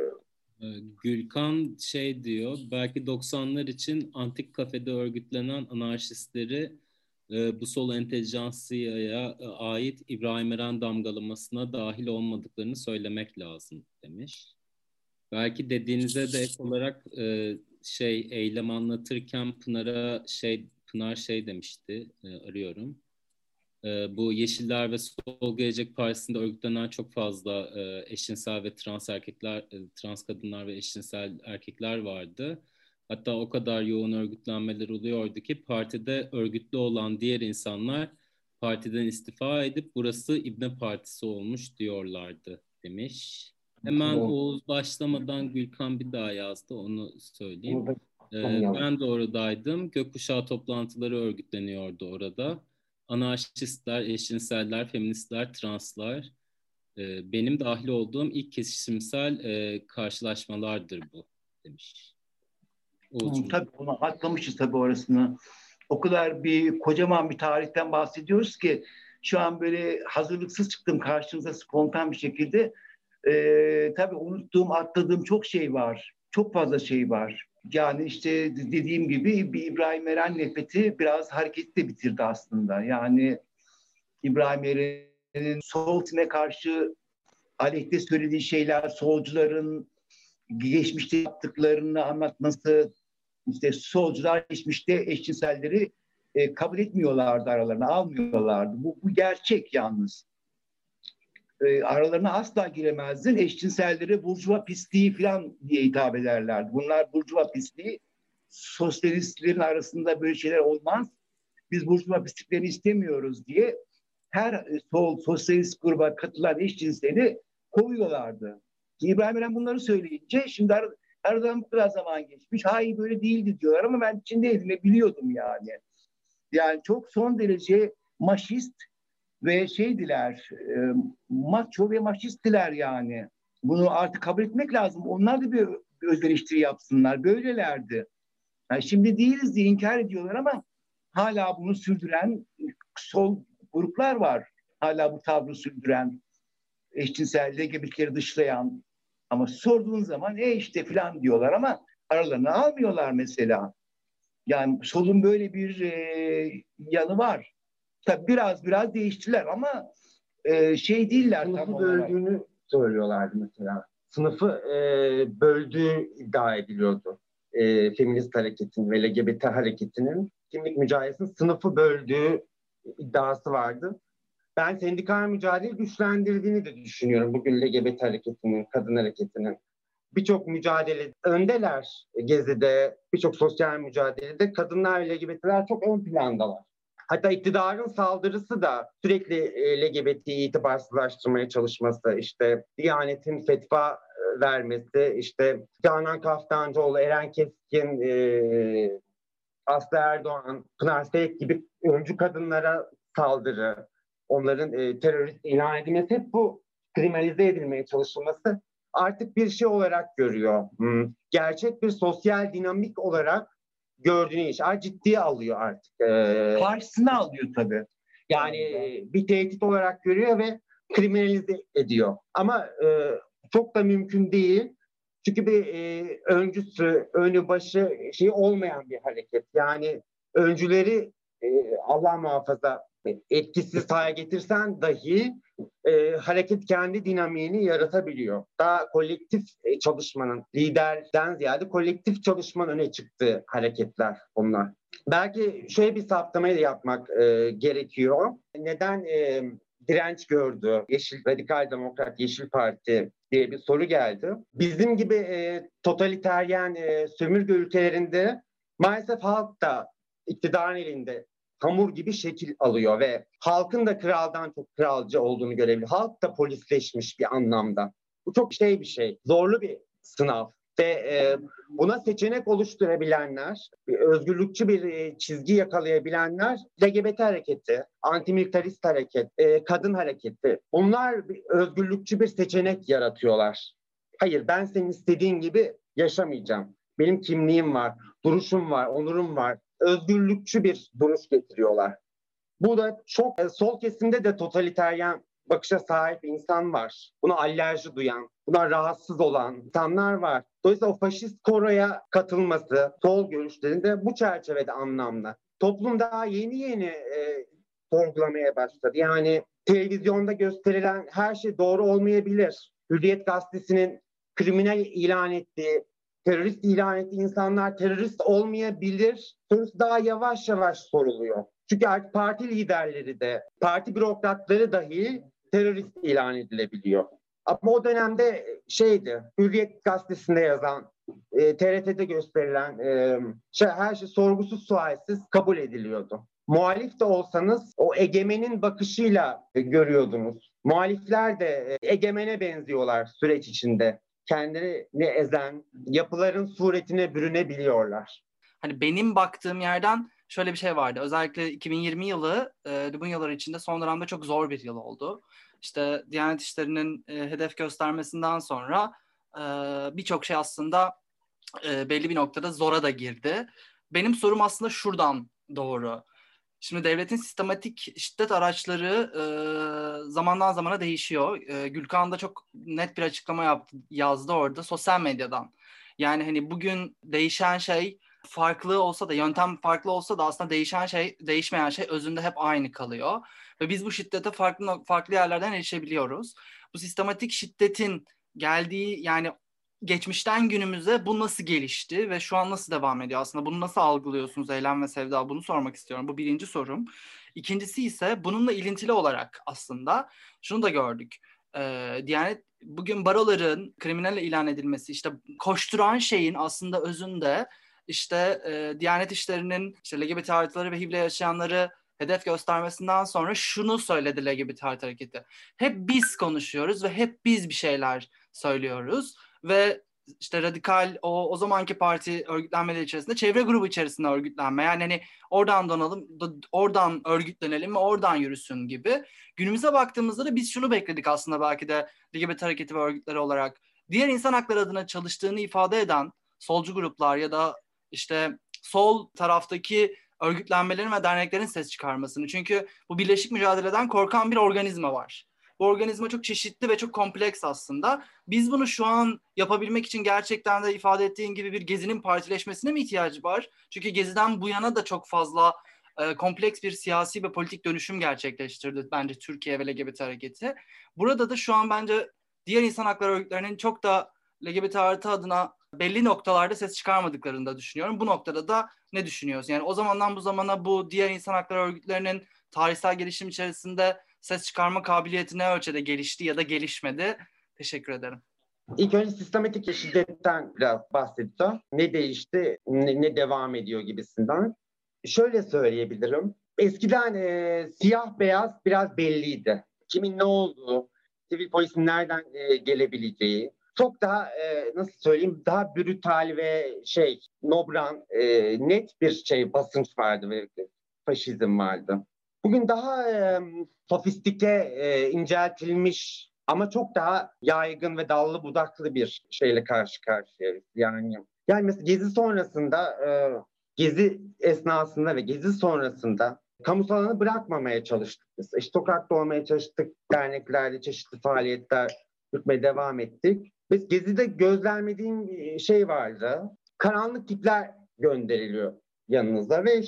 Gülkan şey diyor, belki 90'lar için antik kafede örgütlenen anarşistleri bu sol entelijansiyaya ait İbrahim Eren damgalamasına dahil olmadıklarını söylemek lazım demiş. Belki dediğinize de ek olarak eylem anlatırken Pınar şey demişti, arıyorum. Bu Yeşiller ve Sol Gelecek Partisi'nde örgütlenen çok fazla eşcinsel ve trans erkekler, trans kadınlar ve eşcinsel erkekler vardı. Hatta o kadar yoğun örgütlenmeler oluyordu ki partide örgütlü olan diğer insanlar partiden istifa edip burası İbne Partisi olmuş diyorlardı demiş. Hemen Oğuz başlamadan Gülkan bir daha yazdı, onu söyleyeyim. Ben de oradaydım. Gökkuşağı toplantıları örgütleniyordu orada. Anarşistler, eşcinseller, feministler, translar. Benim dahil olduğum ilk kesişimsel karşılaşmalardır bu demiş. Tabii onu atlamışız tabii orasını. O kadar kocaman bir tarihten bahsediyoruz ki şu an böyle hazırlıksız çıktım karşınıza spontan bir şekilde. Tabii unuttuğum, atladığım çok şey var. Çok fazla şey var. Yani işte dediğim gibi bir İbrahim Eren nefreti biraz hareketi de bitirdi aslında. Yani İbrahim Eren'in sol time karşı aleyhte söylediği şeyler, solcuların geçmişte yaptıklarını anlatması, işte solcular geçmişte eşcinselleri kabul etmiyorlardı, aralarına almıyorlardı. Bu gerçek yalnız. Aralarına asla giremezdin. Eşcinselleri burjuva pisliği falan diye hitap ederlerdi. Bunlar burjuva pisliği. Sosyalistlerin arasında böyle şeyler olmaz. Biz burjuva pisliklerini istemiyoruz diye her sol sosyalist gruba katılan eşcinselini kovuyorlardı. İbrahim Eren bunları söyleyince şimdi aradan bu kadar zaman geçmiş. Hayır böyle değildi diyorlar ama ben içindeydim ve biliyordum yani. Yani çok son derece maşist ve şeydiler, maço ve maçisttiler yani. Bunu artık kabul etmek lazım. Onlar da bir öz eleştiri yapsınlar. Böylelerdi. Yani şimdi değiliz diye inkar ediyorlar ama hala bunu sürdüren sol gruplar var. Hala bu tavrı sürdüren, eşcinsel LGBT'leri dışlayan. Ama sorduğun zaman işte filan diyorlar ama aralarına almıyorlar mesela. Yani solun böyle bir yanı var. Tabii biraz değiştiler ama şey değiller tam Sınıfı olarak. böldüğünü söylüyorlardı mesela. Sınıfı böldüğü iddia ediliyordu. Feminist hareketin ve LGBT hareketinin kimlik mücadelesinin sınıfı böldüğü iddiası vardı. Ben sendikal mücadeleyi güçlendirdiğini de düşünüyorum bugün LGBT hareketinin, kadın hareketinin. Birçok mücadele öndeler Gezi'de, birçok sosyal mücadelede kadınlar ve LGBT'ler çok ön plandalar. Hatta iktidarın saldırısı da sürekli LGBT'yi itibarsızlaştırmaya çalışması, işte Diyanet'in fetva vermesi, işte Canan Kaftancıoğlu, Eren Keskin, Aslı Erdoğan, Pınar Seyit gibi öncü kadınlara saldırı, onların terörist ilan edilmesi, hep bu kriminalize edilmeye çalışılması artık bir şey olarak görüyor. Gerçek bir sosyal dinamik olarak gördüğünü iş. Ciddiye alıyor artık. Karşısına alıyor tabii. Yani bir tehdit olarak görüyor ve kriminalize ediyor. Ama çok da mümkün değil. Çünkü bir öncüsü, önü başı şey olmayan bir hareket. Yani öncüleri Allah muhafaza etkisiz hale getirsen dahi hareket kendi dinamiğini yaratabiliyor. Daha kolektif çalışmanın, liderden ziyade kolektif çalışmanın öne çıktığı hareketler bunlar. Belki şöyle bir saptamayı da yapmak gerekiyor. Neden direnç gördü Yeşil Radikal Demokrat Yeşil Parti diye bir soru geldi. Bizim gibi totaliteryen sömürge ülkelerinde maalesef halk da iktidarın elinde hamur gibi şekil alıyor ve halkın da kraldan çok kralcı olduğunu görebiliyor. Halk da polisleşmiş bir anlamda. Bu çok bir şey, zorlu bir sınav. Ve buna seçenek oluşturabilenler, özgürlükçü bir çizgi yakalayabilenler LGBT hareketi, antimilitarist hareket, kadın hareketi. Bunlar özgürlükçü bir seçenek yaratıyorlar. Hayır, ben senin istediğin gibi yaşamayacağım. Benim kimliğim var, duruşum var, onurum var. Özgürlükçü bir duruş getiriyorlar. Bu da çok sol kesimde de totaliteryen bakışa sahip insan var. Buna alerji duyan, buna rahatsız olan insanlar var. Dolayısıyla o faşist koroya katılması, sol görüşlerinde bu çerçevede anlamlı. Toplum daha yeni sorgulamaya başladı. Yani televizyonda gösterilen her şey doğru olmayabilir. Hürriyet Gazetesi'nin kriminal ilan ettiği, terörist ilan ettiği insanlar terörist olmayabilir. Sorusu daha yavaş yavaş soruluyor. Çünkü artık parti liderleri de, parti bürokratları dahi terörist ilan edilebiliyor. Ama o dönemde Hürriyet Gazetesi'nde yazan, TRT'de gösterilen her şey sorgusuz sualsiz kabul ediliyordu. Muhalif de olsanız o egemenin bakışıyla görüyordunuz. Muhalifler de egemene benziyorlar süreç içinde. Kendini ezen yapıların suretine bürünebiliyorlar. Hani benim baktığım yerden şöyle bir şey vardı. Özellikle 2020 yılı Lubunyalar içinde son dönemde çok zor bir yıl oldu. İşte Diyanet İşleri'nin hedef göstermesinden sonra birçok şey aslında belli bir noktada zora da girdi. Benim sorum aslında şuradan doğru. Şimdi devletin sistematik şiddet araçları zamandan zamana değişiyor. Gülkan da çok net bir açıklama yazdı orada sosyal medyadan. Yani hani bugün değişen şey farklı olsa da, yöntem farklı olsa da aslında değişmeyen şey özünde hep aynı kalıyor. Ve biz bu şiddete farklı yerlerden erişebiliyoruz. Bu sistematik şiddetin geldiği, yani geçmişten günümüze bu nasıl gelişti ve şu an nasıl devam ediyor? Aslında bunu nasıl algılıyorsunuz Eylem ve Sevda? Bunu sormak istiyorum. Bu birinci sorum. İkincisi ise bununla ilintili olarak aslında şunu da gördük. Diyanet bugün baroların kriminal ilan edilmesi, işte koşturan şeyin aslında özünde işte Diyanet İşleri'nin işte LGBT artıları ve HIV'le yaşayanları hedef göstermesinden sonra şunu söyledi LGBT artı hareketi. Hep biz konuşuyoruz ve hep biz bir şeyler söylüyoruz ve işte radikal o zamanki parti örgütlenmeleri içerisinde çevre grubu içerisinde örgütlenme, yani hani oradan donalım, oradan örgütlenelim ve oradan yürüsün gibi. Günümüze baktığımızda da biz şunu bekledik aslında, belki de LGBT hareketi ve örgütleri olarak diğer insan hakları adına çalıştığını ifade eden solcu gruplar ya da işte sol taraftaki örgütlenmelerin ve derneklerin ses çıkarmasını. Çünkü bu birleşik mücadeleden korkan bir organizma var. Bu organizma çok çeşitli ve çok kompleks aslında. Biz bunu şu an yapabilmek için gerçekten de ifade ettiğin gibi bir Gezi'nin partileşmesine mi ihtiyacı var? Çünkü Gezi'den bu yana da çok fazla kompleks bir siyasi ve politik dönüşüm gerçekleştirdi bence Türkiye ve LGBT hareketi. Burada da şu an bence diğer insan hakları örgütlerinin çok da LGBT artı adına belli noktalarda ses çıkarmadıklarını da düşünüyorum. Bu noktada da ne düşünüyorsun? Yani o zamandan bu zamana bu diğer insan hakları örgütlerinin tarihsel gelişim içerisinde ses çıkarma kabiliyeti ne ölçüde gelişti ya da gelişmedi? Teşekkür ederim. İlk önce sistematik şiddetten biraz bahsedeceğim. Ne değişti, ne devam ediyor gibisinden. Şöyle söyleyebilirim. Eskiden siyah beyaz biraz belliydi. Kimin ne olduğu, sivil polisin nereden gelebileceği. Çok daha nasıl söyleyeyim, daha brutal ve nobran, net bir basınç vardı ve faşizm vardı. Bugün daha sofistike, inceltilmiş ama çok daha yaygın ve dallı budaklı bir şeyle karşı karşıyayız. Yani mesela Gezi sonrasında, Gezi esnasında ve Gezi sonrasında kamusal alanı bırakmamaya çalıştık. İşte sokakta olmaya çalıştık, derneklerde çeşitli faaliyetler yürütmeye devam ettik. Biz Gezi'de gözlemlediğim şey vardı. Karanlık tipler gönderiliyor yanınıza ve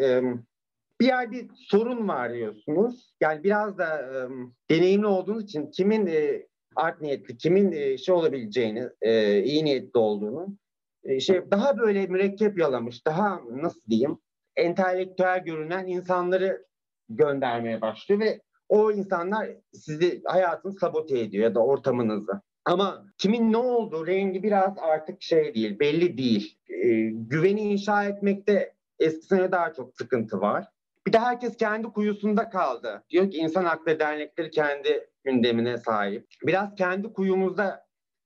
bir yerde sorun var diyorsunuz. Yani biraz da deneyimli olduğunuz için kimin art niyetli, kimin olabileceğini, iyi niyetli olduğunu daha böyle mürekkep yalamış, daha nasıl diyeyim, entelektüel görünen insanları göndermeye başlıyor ve o insanlar sizi, hayatını sabote ediyor ya da ortamınızı. Ama kimin ne olduğu rengi biraz artık değil, belli değil. Güveni inşa etmekte eskisine daha çok sıkıntı var. Bir de herkes kendi kuyusunda kaldı. Diyor ki insan hakları dernekleri kendi gündemine sahip. Biraz kendi kuyumuzda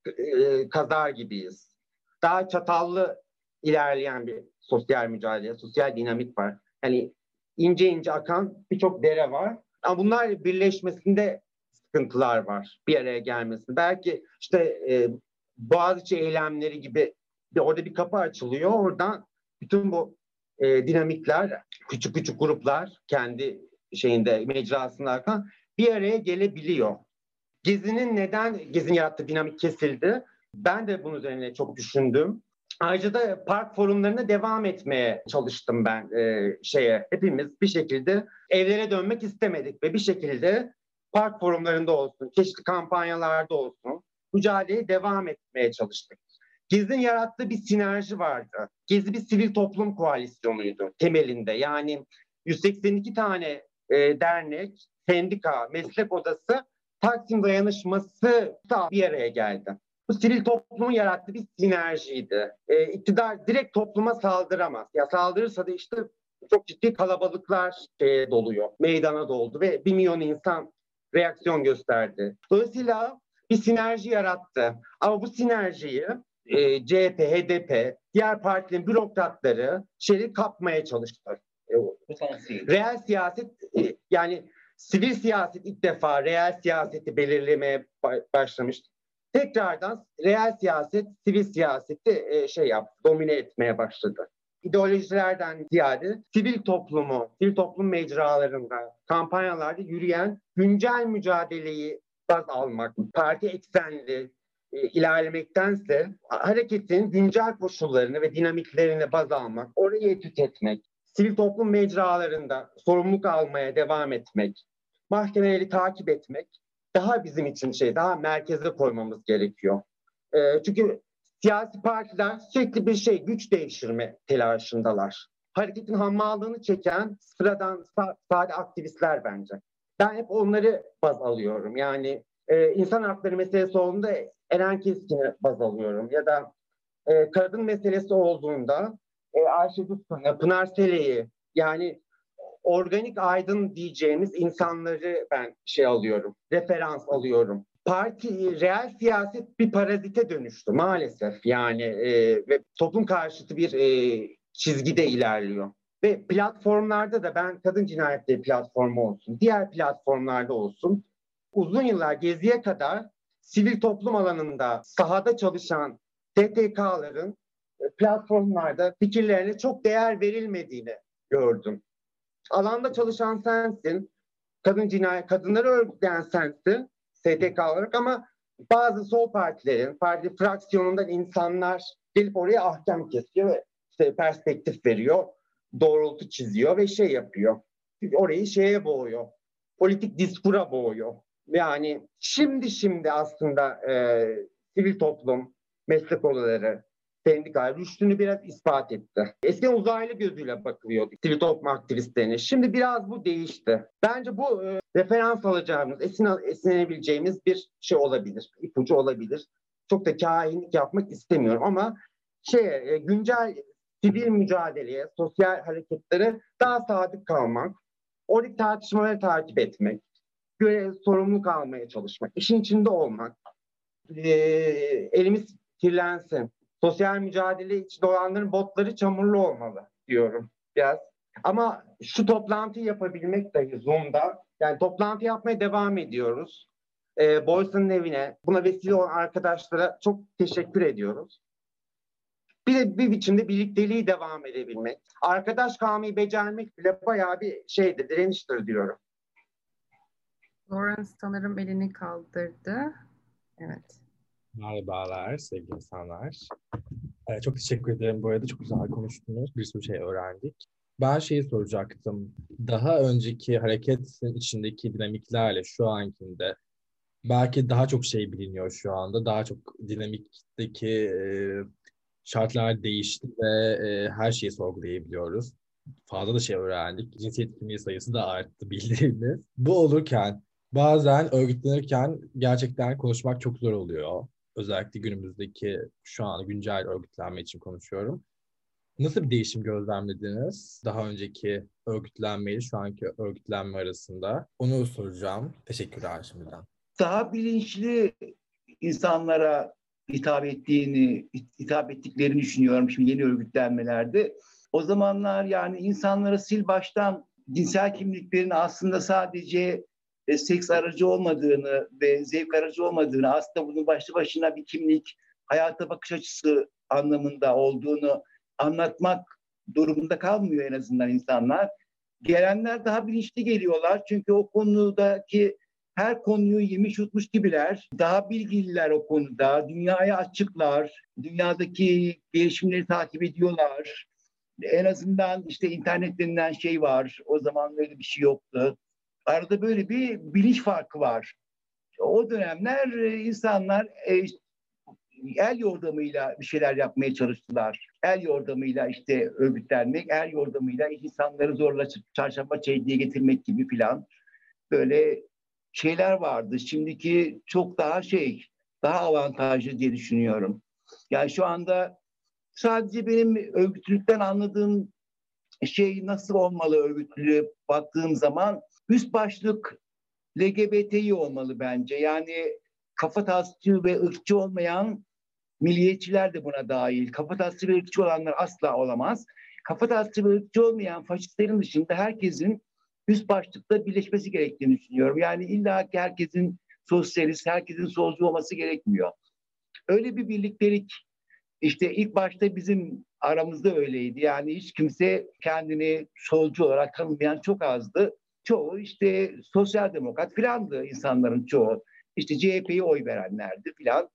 kazar gibiyiz. Daha çatallı ilerleyen bir sosyal mücadele, sosyal dinamik var. Yani ince ince akan birçok dere var. Ama bunlar birleşmesinde sıkıntılar var, bir araya gelmesinde. Belki Boğaziçi eylemleri gibi orada bir kapı açılıyor. Oradan bütün bu dinamikler, küçük küçük gruplar kendi mecrasında akan bir araya gelebiliyor. Gezi'nin yarattığı dinamik kesildi. Ben de bunun üzerine çok düşündüm. Ayrıca da park forumlarına devam etmeye çalıştım ben hepimiz bir şekilde evlere dönmek istemedik ve bir şekilde park forumlarında olsun, çeşitli kampanyalarda olsun mücadeleye devam etmeye çalıştık. Gezi'nin yarattığı bir sinerji vardı. Gezi bir sivil toplum koalisyonuydu temelinde. Yani 182 tane dernek, sendika, meslek odası, Taksim Dayanışması da bir araya geldi. Bu sivil toplumun yarattığı bir sinerjiydi. İktidar direkt topluma saldıramaz. Ya saldırırsa da çok ciddi kalabalıklar doluyor, meydana doldu ve 1 milyon insan reaksiyon gösterdi. Dolayısıyla bir sinerji yarattı. Ama bu sinerjiyi CHP, HDP, diğer partilerin bürokratları kapmaya çalıştı. Reel siyaset, yani sivil siyaset ilk defa reel siyaseti belirlemeye başlamıştı. Tekrardan reel siyaset, sivil siyaseti domine etmeye başladı. ideolojilerden ziyade sivil toplum mecralarında, kampanyalarda yürüyen güncel mücadeleyi baz almak, parti eksenli ilerlemektense hareketin güncel koşullarını ve dinamiklerini baz almak, orayı etüt etmek, sivil toplum mecralarında sorumluluk almaya devam etmek, mahkemeleri takip etmek daha bizim için daha merkeze koymamız gerekiyor. Çünkü siyasi partiler sürekli güç devşirme telaşındalar. Hareketin hammallığını çeken sıradan sade aktivistler bence. Ben hep onları baz alıyorum. Yani insan hakları meselesi olduğunda Eren Keskin'i baz alıyorum. Ya da kadın meselesi olduğunda Ayşe Tutkun'u, Pınar Sele'yi, yani organik aydın diyeceğimiz insanları ben alıyorum, referans alıyorum. Reel siyaset bir parazite dönüştü maalesef ve toplum karşıtı bir çizgide ilerliyor. Ve platformlarda da ben kadın cinayetleri platformu olsun, diğer platformlarda olsun, uzun yıllar Gezi'ye kadar sivil toplum alanında sahada çalışan STK'ların platformlarda fikirlerine çok değer verilmediğini gördüm. Alanda çalışan sensin, kadınları örgütleyen sensin STK olarak, ama bazı sol partilerin, parti fraksiyonundan insanlar gelip oraya ahkam kesiyor ve perspektif veriyor, doğrultu çiziyor ve yapıyor. Orayı boğuyor, politik diskura boğuyor. Yani şimdi aslında sivil toplum, meslek odaları, sendikalar rüştünü biraz ispat etti. Eskiden uzaylı gözüyle bakılıyordu sivil toplum aktivistlerine. Şimdi biraz bu değişti. Bence bu referans alacağımız, esinlenebileceğimiz bir olabilir, ipucu olabilir. Çok da kahinlik yapmak istemiyorum ama güncel sivil mücadeleye, sosyal hareketlere daha sadık kalmak, oradaki tartışmaları takip etmek, sorumluluk almaya çalışmak, işin içinde olmak, elimiz kirlensin. Sosyal mücadele içinde olanların botları çamurlu olmalı diyorum biraz. Ama şu toplantıyı yapabilmek dahi Zoom'da, yani toplantı yapmaya devam ediyoruz. Boysa'nın evine, buna vesile olan arkadaşlara çok teşekkür ediyoruz. Bir de bir biçimde birlikteliği devam edebilmek. Arkadaş kalmayı becermek bile bayağı bir direniştir diyorum. Lawrence sanırım elini kaldırdı. Evet. Merhabalar sevgili insanlar. Çok teşekkür ederim. Bu arada çok güzel konuştunuz. Bir sürü şey öğrendik. Ben soracaktım. Daha önceki hareketin içindeki dinamiklerle şu ankinde belki daha çok biliniyor şu anda. Daha çok dinamikteki şartlar değişti ve her şeyi sorgulayabiliyoruz. Fazla da öğrendik. Cinsiyet kimliği sayısı da arttı bildiğimiz. Bu olurken bazen örgütlenirken gerçekten konuşmak çok zor oluyor. Özellikle günümüzdeki şu an güncel örgütlenme için konuşuyorum. Nasıl bir değişim gözlemlediniz daha önceki örgütlenmeyle şu anki örgütlenme arasında? Onu soracağım. Teşekkürler şimdiden. Daha bilinçli insanlara hitap ettiklerini düşünüyorum şimdi yeni örgütlenmelerde. O zamanlar yani insanlara sil baştan cinsel kimliklerini aslında sadece seks aracı olmadığını ve zevk aracı olmadığını, aslında bunun başlı başına bir kimlik, hayata bakış açısı anlamında olduğunu anlatmak durumunda kalmıyor en azından insanlar. Gelenler daha bilinçli geliyorlar çünkü o konudaki her konuyu yemiş yutmuş gibiler. Daha bilgililer o konuda, dünyaya açıklar, dünyadaki gelişimleri takip ediyorlar. En azından internet denilen var, o zaman öyle bir şey yoktu. Arada böyle bir bilinç farkı var. O dönemler insanlar el yordamıyla bir şeyler yapmaya çalıştılar. El yordamıyla örgütlenmek, el yordamıyla insanları zorla çarşamba çayı diye getirmek gibi filan böyle şeyler vardı. Şimdiki çok daha daha avantajlı diye düşünüyorum. Yani şu anda sadece benim örgütlülükten anladığım nasıl olmalı örgütlülüğe baktığım zaman üst başlık LGBTİ olmalı bence. Yani kafatasçı ve ırkçı olmayan milliyetçiler de buna dahil. Kafatasçı ve ırkçı olanlar asla olamaz. Kafatasçı ve ırkçı olmayan faşistlerin dışında herkesin üst başlıkta birleşmesi gerektiğini düşünüyorum. Yani illa ki herkesin sosyalist, herkesin solcu olması gerekmiyor. Öyle bir birliktelik ilk başta bizim aramızda öyleydi. Yani hiç kimse kendini solcu olarak tanımlayan çok azdı. Çoğu işte sosyal demokrat filandı insanların çoğu. İşte CHP'ye oy verenlerdi filan.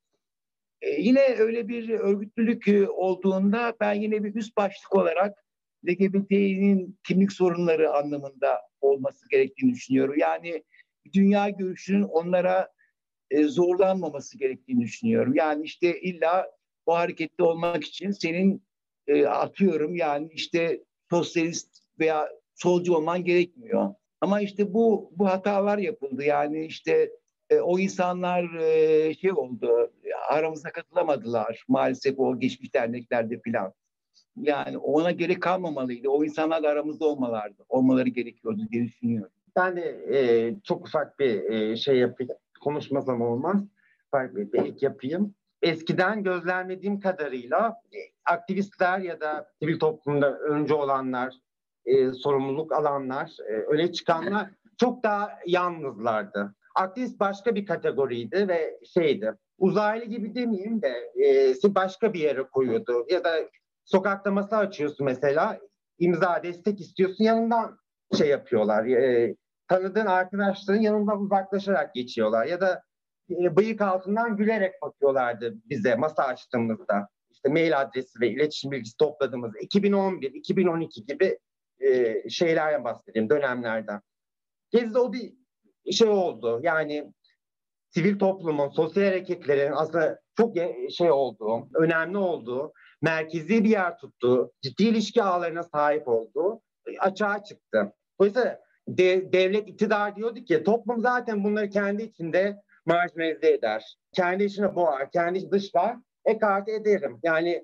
Yine öyle bir örgütlülük olduğunda ben yine bir üst başlık olarak LGBT'nin kimlik sorunları anlamında olması gerektiğini düşünüyorum. Yani dünya görüşünün onlara zorlanmaması gerektiğini düşünüyorum. Yani işte illa o hareketli olmak için senin atıyorum yani işte sosyalist veya solcu olman gerekmiyor. Ama işte bu hatalar yapıldı. Yani işte o insanlar şey oldu, aramıza katılamadılar maalesef o geçmiş derneklerde filan. Yani ona gerek kalmamalıydı. O insanlar da aramızda olmaları gerekiyordu diye düşünüyorum. Ben de çok ufak bir şey yapayım. Konuşmasam olmaz. Ufak bir ek yapayım. Eskiden gözlemlediğim kadarıyla aktivistler ya da sivil toplumda öncü olanlar, sorumluluk alanlar, öne çıkanlar çok daha yalnızlardı. Aktivist başka bir kategoriydi ve şeydi, uzaylı gibi demeyeyim de başka bir yere koyuyordu. Ya da sokakta masa açıyorsun mesela, imza, destek istiyorsun, yanından şey yapıyorlar. Tanıdığın arkadaşların yanından uzaklaşarak geçiyorlar. Ya da bıyık altından gülerek bakıyorlardı bize masa açtığımızda. İşte mail adresi ve iletişim bilgisi topladığımız 2011, 2012 gibi şeylerden bahsedeyim, dönemlerden. Gezi'de o bir şey oldu. Yani sivil toplumun, sosyal hareketlerin aslında çok şey olduğu, önemli olduğu, merkezi bir yer tuttuğu, ciddi ilişki ağlarına sahip olduğu açığa çıktı. Dolayısıyla devlet, iktidar diyordu ki toplum zaten bunları kendi içinde marjinalize eder. Kendi içine boğar, kendi içine dışlar, ekarte ederim. Yani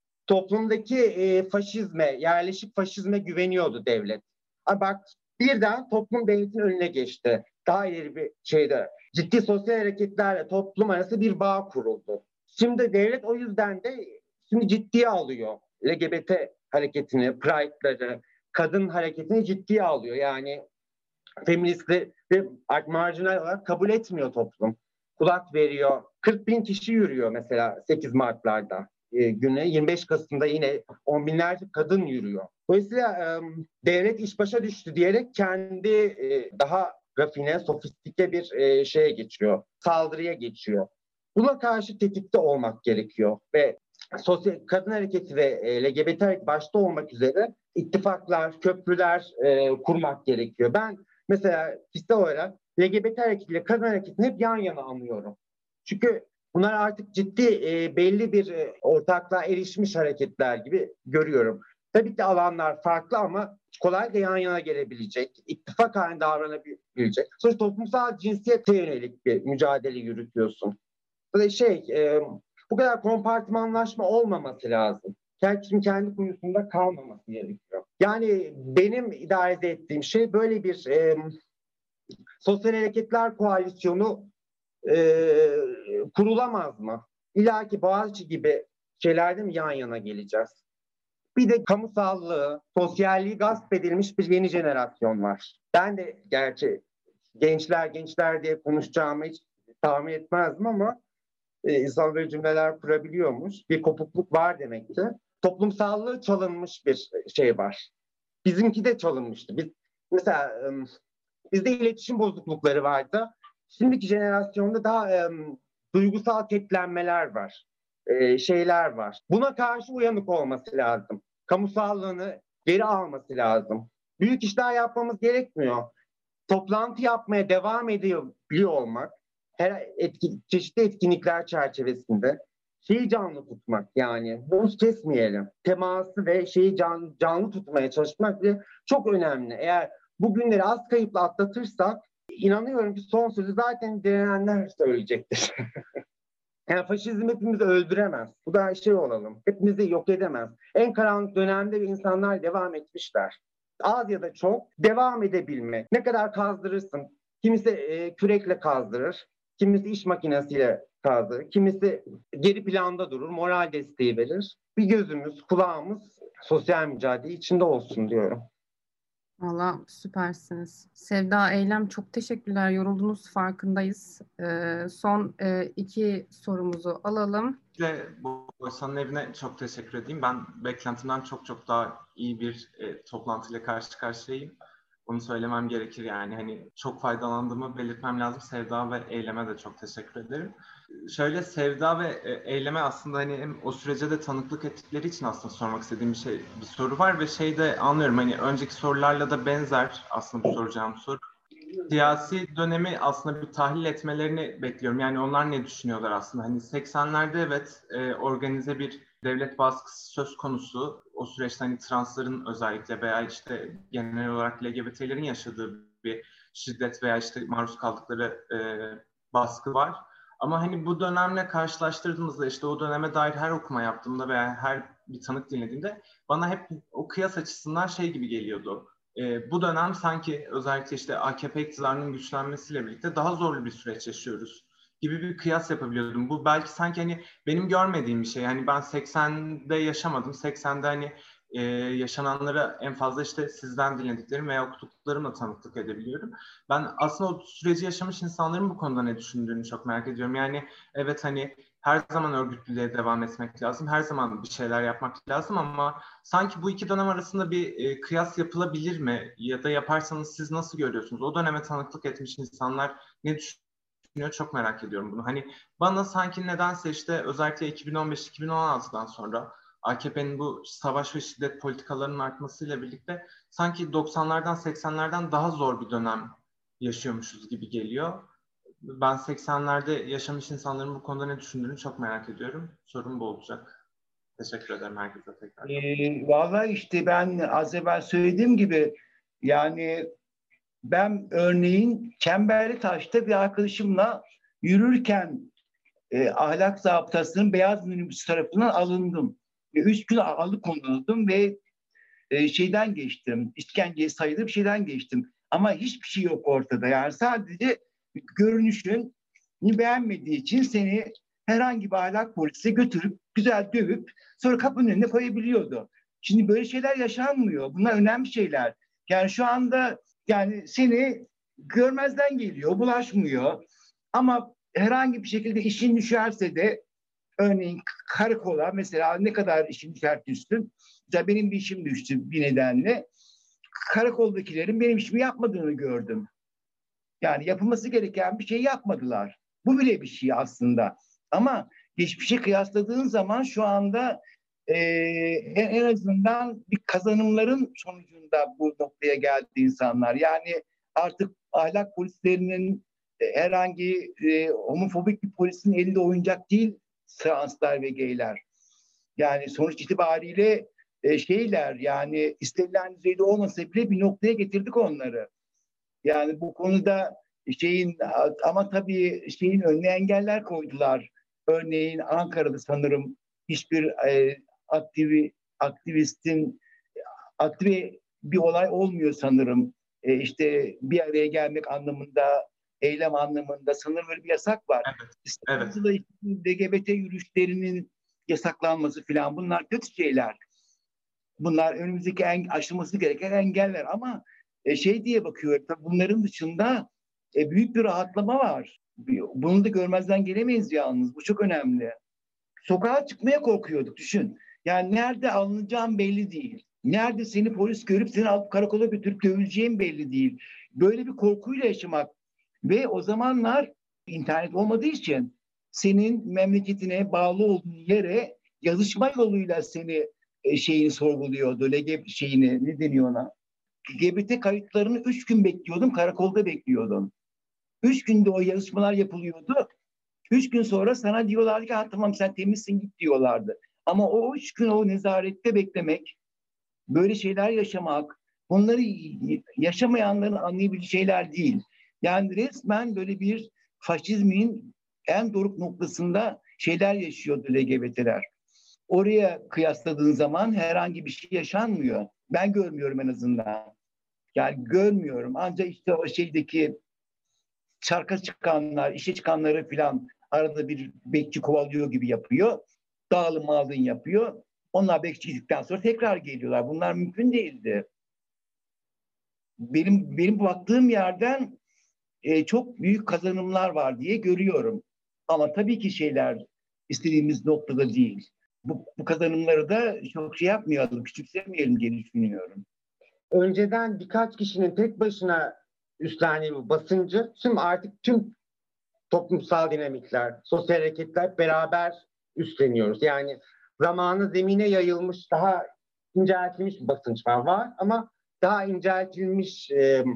toplumdaki faşizme, yerleşik faşizme güveniyordu devlet. Ama bak birden toplum devletin önüne geçti. Daha ileri bir şeyde ciddi sosyal hareketlerle toplum arası bir bağ kuruldu. Şimdi devlet o yüzden de şimdi ciddiye alıyor. LGBT hareketini, Pride'ları, kadın hareketini ciddiye alıyor. Yani feministleri marjinal olarak kabul etmiyor toplum. Kulak veriyor. 40 bin kişi yürüyor mesela 8 Mart'larda. Güne 25 Kasım'da yine on binlerce kadın yürüyor. Dolayısıyla devlet iş başa düştü diyerek kendi daha rafine, sofistike bir şeye geçiyor. Saldırıya geçiyor. Buna karşı tetikte olmak gerekiyor ve sosyal kadın hareketi ve LGBT hareketi başta olmak üzere ittifaklar, köprüler kurmak gerekiyor. Ben mesela kişisel olarak LGBT hareketiyle kadın hareketini hep yan yana anlıyorum. Çünkü bunlar artık ciddi belli bir ortaklığa erişmiş hareketler gibi görüyorum. Tabii ki alanlar farklı ama kolayca yan yana gelebilecek, ittifak halinde davranabilecek. Sonuçta toplumsal cinsiyete yönelik bir mücadele yürütüyorsun. Böyle bu kadar kompartımanlaşma olmaması lazım. Herkesin kendi kuyusunda kalmaması gerekiyor. Yani benim idare ettiğim şey böyle bir sosyal hareketler koalisyonu kurulamaz mı? İlla ki Boğaziçi gibi şeylerde mi yan yana geleceğiz? Bir de kamusallığı, sosyalliği gasp edilmiş bir yeni jenerasyon var. Ben de gerçi gençler diye konuşacağımı hiç tahmin etmezdim ama insan böyle cümleler kurabiliyormuş. Bir kopukluk var demek ki. Toplumsallığı çalınmış bir şey var. Bizimki de çalınmıştı. Mesela bizde iletişim bozuklukları vardı. Şimdiki jenerasyonda daha duygusal ketlenmeler var. Şeyler var. Buna karşı uyanık olması lazım. Kamusallığını geri alması lazım. Büyük işler yapmamız gerekmiyor. Toplantı yapmaya devam ediyor olmak, çeşitli etkinlikler çerçevesinde şeyi canlı tutmak, yani bunu kesmeyelim. Teması ve şeyi canlı tutmaya çalışmak bile çok önemli. Eğer bu günleri az kayıpla atlatırsak inanıyorum ki son sözü zaten direnenler söyleyecektir. Yani faşizm hepimizi öldüremez. Bu da şey olalım. Hepimizi yok edemez. En karanlık dönemde insanlar devam etmişler. Az ya da çok devam edebilmek. Ne kadar kazdırırsın. Kimisi kürekle kazdırır. Kimisi iş makinesiyle kazdırır. Kimisi geri planda durur. Moral desteği verir. Bir gözümüz, kulağımız sosyal mücadele içinde olsun diyorum. Valla süpersiniz. Sevda, Eylem, çok teşekkürler. Yoruldunuz, farkındayız. Son iki sorumuzu alalım. Bu Boşan'ın evine çok teşekkür edeyim. Ben beklentimden çok çok daha iyi bir toplantıyla karşı karşıyayım. Bunu söylemem gerekir yani. Hani çok faydalandığımı belirtmem lazım. Sevda ve Eylem'e de çok teşekkür ederim. Şöyle Sevda ve Eylem'e aslında hani hem o sürece de tanıklık ettikleri için aslında sormak istediğim bir soru var ve de anlıyorum hani önceki sorularla da benzer aslında bu soracağım soru. Siyasi dönemi aslında bir tahlil etmelerini bekliyorum. Yani onlar ne düşünüyorlar aslında? Hani 80'lerde evet organize bir devlet baskısı söz konusu. O süreçte hani transların özellikle veya işte genel olarak LGBT'lerin yaşadığı bir şiddet veya işte maruz kaldıkları baskı var. Ama hani bu dönemle karşılaştırdığımızda işte o döneme dair her okuma yaptığımda veya her bir tanık dinlediğimde bana hep o kıyas açısından gibi geliyordu. Bu dönem sanki özellikle işte AKP iktidarının güçlenmesiyle birlikte daha zorlu bir süreç yaşıyoruz gibi bir kıyas yapabiliyordum. Bu belki sanki hani benim görmediğim bir şey. Hani ben 80'de yaşamadım. 80'de hani yaşananlara en fazla işte sizden dinlediklerim veya okuduklarımla tanıklık edebiliyorum. Ben aslında o süreci yaşamış insanların bu konuda ne düşündüğünü çok merak ediyorum. Yani evet hani her zaman örgütlülüğe devam etmek lazım. Her zaman bir şeyler yapmak lazım ama sanki bu iki dönem arasında bir kıyas yapılabilir mi? Ya da yaparsanız siz nasıl görüyorsunuz? O döneme tanıklık etmiş insanlar ne düşünüyor? Çok merak ediyorum bunu. Hani bana sanki nedense işte özellikle 2015-2016'dan sonra AKP'nin bu savaş ve şiddet politikalarının artmasıyla birlikte sanki 90'lardan 80'lerden daha zor bir dönem yaşıyormuşuz gibi geliyor. Ben 80'lerde yaşamış insanların bu konuda ne düşündüğünü çok merak ediyorum. Sorum bu olacak. Teşekkür ederim herkese tekrar. Vallahi işte ben az evvel söylediğim gibi yani ben örneğin Çemberlitaş'ta bir arkadaşımla yürürken ahlak zabıtasının beyaz minibüs tarafından alındım. 3 gün alıkonuldım ve şeyden geçtim. İşkenceye sayılı bir şeyden geçtim. Ama hiçbir şey yok ortada. Yani sadece görünüşünü beğenmediği için seni herhangi bir ahlak polisine götürüp güzel dövüp sonra kapının önüne koyabiliyordu. Şimdi böyle şeyler yaşanmıyor. Bunlar önemli şeyler. Yani şu anda yani seni görmezden geliyor, bulaşmıyor. Ama herhangi bir şekilde işin düşerse de örneğin karakola mesela ne kadar işin düşertüsün. Mesela benim bir işim düştü bir nedenle. Karakoldakilerin benim işimi yapmadığını gördüm. Yani yapılması gereken bir şey yapmadılar. Bu bile bir şey aslında. Ama geçmişe kıyasladığın zaman şu anda en azından bir kazanımların sonucunda bu noktaya geldi insanlar. Yani artık ahlak polislerinin herhangi homofobik bir polisin elinde oyuncak değil translar ve gayler. Yani sonuç itibariyle şeyler yani istenilen düzeyde olmasa bile bir noktaya getirdik onları. Yani bu konuda ama tabii önüne engeller koydular. Örneğin Ankara'da sanırım hiçbir aktivistin aktive bir olay olmuyor sanırım. İşte bir araya gelmek anlamında, eylem anlamında sanırım böyle bir yasak var. Evet. İstanbul'da LGBT yürüyüşlerinin yasaklanması falan bunlar kötü şeyler. Bunlar önümüzdeki aşılması gereken engeller ama diye bakıyorum tabii bunların dışında büyük bir rahatlama var. Bunu da görmezden gelemeyiz yalnız. Bu çok önemli. Sokağa çıkmaya korkuyorduk düşün. Yani nerede alınacağın belli değil. Nerede seni polis görüp seni alıp karakola götürüp dövüleceğin belli değil. Böyle bir korkuyla yaşamak ve o zamanlar internet olmadığı için senin memleketine bağlı olduğun yere yazışma yoluyla seni sorguluyordu. Ne deniyor ona? LGBT kayıtlarını 3 gün bekliyordum. Karakolda bekliyordum. 3 günde o yazışmalar yapılıyordu. 3 gün sonra sana diyorlardı ki tamam sen temizsin git diyorlardı. Ama o 3 gün o nezarette beklemek, böyle şeyler yaşamak, bunları yaşamayanların anlayabileceği şeyler değil. Yani resmen böyle bir faşizmin en doruk noktasında şeyler yaşıyordu LGBT'ler. Oraya kıyasladığın zaman herhangi bir şey yaşanmıyor. Ben görmüyorum en azından. Yani görmüyorum. Ancak işte o çarka çıkanlar, işe çıkanları falan arada bir bekçi kovalıyor gibi yapıyor. Dağılım mağdın yapıyor. Onlar bekçi gittikten sonra tekrar geliyorlar. Bunlar mümkün değildi. benim baktığım yerden çok büyük kazanımlar var diye görüyorum. Ama tabii ki şeyler istediğimiz noktada değil. Bu kazanımları da çok şey yapmayalım, küçümsemeyelim diye düşünüyorum. Önceden birkaç kişinin tek başına üstlendiği bu basıncı, artık tüm toplumsal dinamikler, sosyal hareketler beraber üstleniyoruz. Yani zamanı zemine yayılmış, daha inceltilmiş bir basınç var ama daha inceltilmiş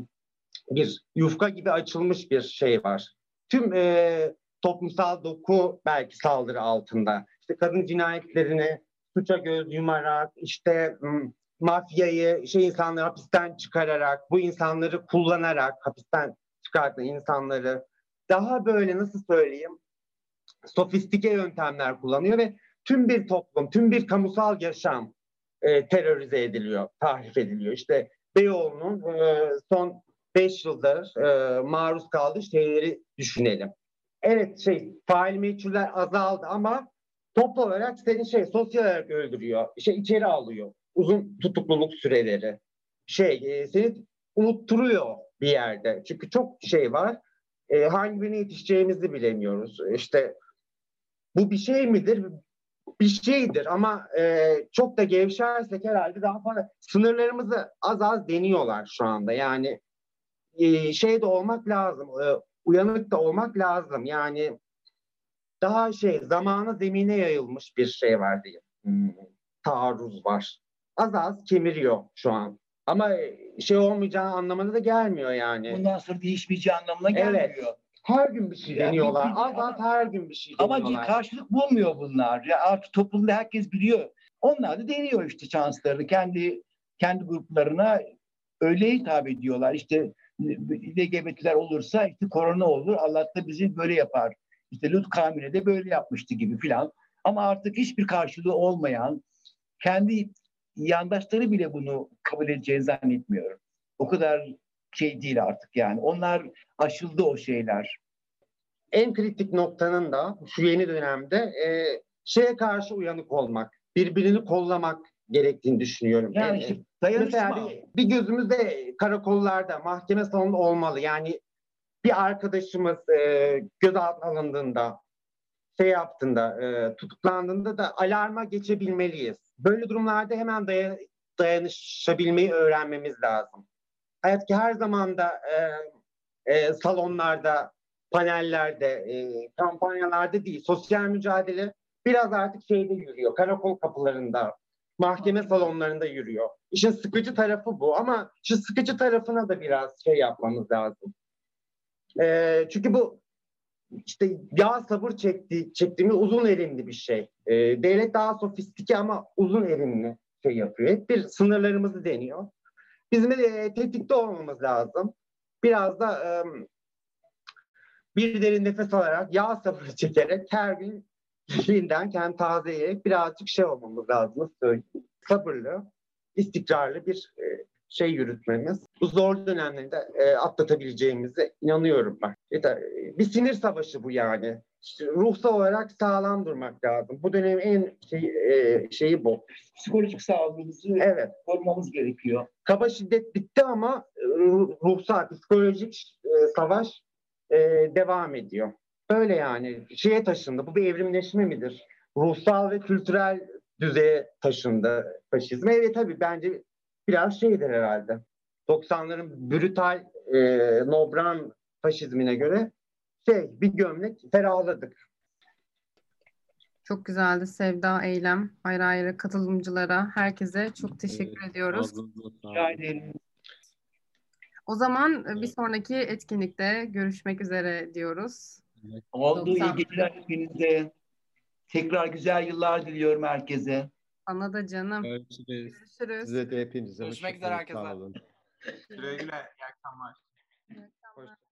bir yufka gibi açılmış bir şey var. Tüm toplumsal doku belki saldırı altında. İşte kadın cinayetlerini suça göz yumarak, işte mafyayı, insanları hapisten çıkararak, bu insanları kullanarak, hapisten çıkartan insanları daha böyle nasıl söyleyeyim, sofistike yöntemler kullanıyor ve tüm bir toplum, tüm bir kamusal yaşam terörize ediliyor, tahrip ediliyor. İşte Beyoğlu'nun son 5 yıldır maruz kaldığı şeyleri düşünelim. Evet, fail meçhuller azaldı ama toplu olarak seni sosyal olarak öldürüyor, içeri alıyor. Uzun tutukluluk süreleri. Seni unutturuyor bir yerde. Çünkü çok şey var. Hangi birine yetişeceğimizi bilemiyoruz. İşte bu bir şey midir? Bir şeydir ama çok da gevşersek herhalde daha fazla sınırlarımızı az deniyorlar şu anda. Yani de olmak lazım, uyanık da olmak lazım. Yani daha zamana zemine yayılmış bir şey var diyeyim. Taarruz var. Az kemiriyor şu an. Ama olmayacağı anlamına da gelmiyor yani. Bundan sonra değişmeyeceği anlamına gelmiyor. Evet. Her gün bir şey deniyorlar. Az her gün bir şey deniyorlar. Ama karşılık bulmuyor bunlar. Ya artık toplumda herkes biliyor. Onlar da deniyor işte şanslarını. Kendi gruplarına öyle hitap ediyorlar. İşte LGBT'ler olursa işte korona olur. Allah da bizi böyle yapar. İşte Lut kavmine de böyle yapmıştı gibi filan. Ama artık hiçbir karşılığı olmayan, kendi yandaşları bile bunu kabul edeceğini zannetmiyorum. O kadar değil artık yani. Onlar aşıldı o şeyler. En kritik noktanın da şu yeni dönemde karşı uyanık olmak, birbirini kollamak gerektiğini düşünüyorum. Yani işte dayanışma. Mesela bir gözümüzde karakollarda, mahkeme salonu olmalı. Yani bir arkadaşımız gözaltına alındığında, tutuklandığında da alarma geçebilmeliyiz. Böyle durumlarda hemen dayanışabilmeyi öğrenmemiz lazım. Hayattaki her zaman da salonlarda, panellerde, kampanyalarda değil, sosyal mücadele biraz artık yürüyor. Karakol kapılarında, mahkeme salonlarında yürüyor. İşin sıkıcı tarafı bu ama şu sıkıcı tarafına da biraz yapmamız lazım. Çünkü bu sabır çektiğimiz uzun erimli bir şey. Devlet daha sofistike ama uzun erimli yapıyor. Hep bir sınırlarımızı deniyor. Bizim de tetikte olmamız lazım. Biraz da bir derin nefes alarak, sabır çekerek her gün yeniden kendi tazeleyerek birazcık olmamız lazım. Sabırlı, istikrarlı bir yürütmemiz. Bu zor dönemleri de atlatabileceğimize inanıyorum ben. Bir sinir savaşı bu yani. Ruhsal olarak sağlam durmak lazım. Bu dönemin en şeyi bu. Psikolojik sağlığımızı korumamız gerekiyor. Kaba şiddet bitti ama ruhsal, psikolojik savaş devam ediyor. Böyle yani. Taşındı. Bu bir evrimleşme midir? Ruhsal ve kültürel düzeye taşındı faşizm. Evet tabii bence biraz herhalde. 90'ların brutal nobran faşizmine göre bir gömlek ferahladık. Çok güzeldi Sevda, Eylem, ayrı ayrı katılımcılara, herkese çok teşekkür ediyoruz. Rica ederim. O zaman bir sonraki etkinlikte görüşmek üzere diyoruz. Oldu. İyi geceler hepinize. Tekrar güzel yıllar diliyorum herkese. Sana da canım. Görüşürüz. Size de hepinize. Görüşmek üzere herkese. Sağ olun. Güle güle. İyi akşamlar. İyi akşamlar.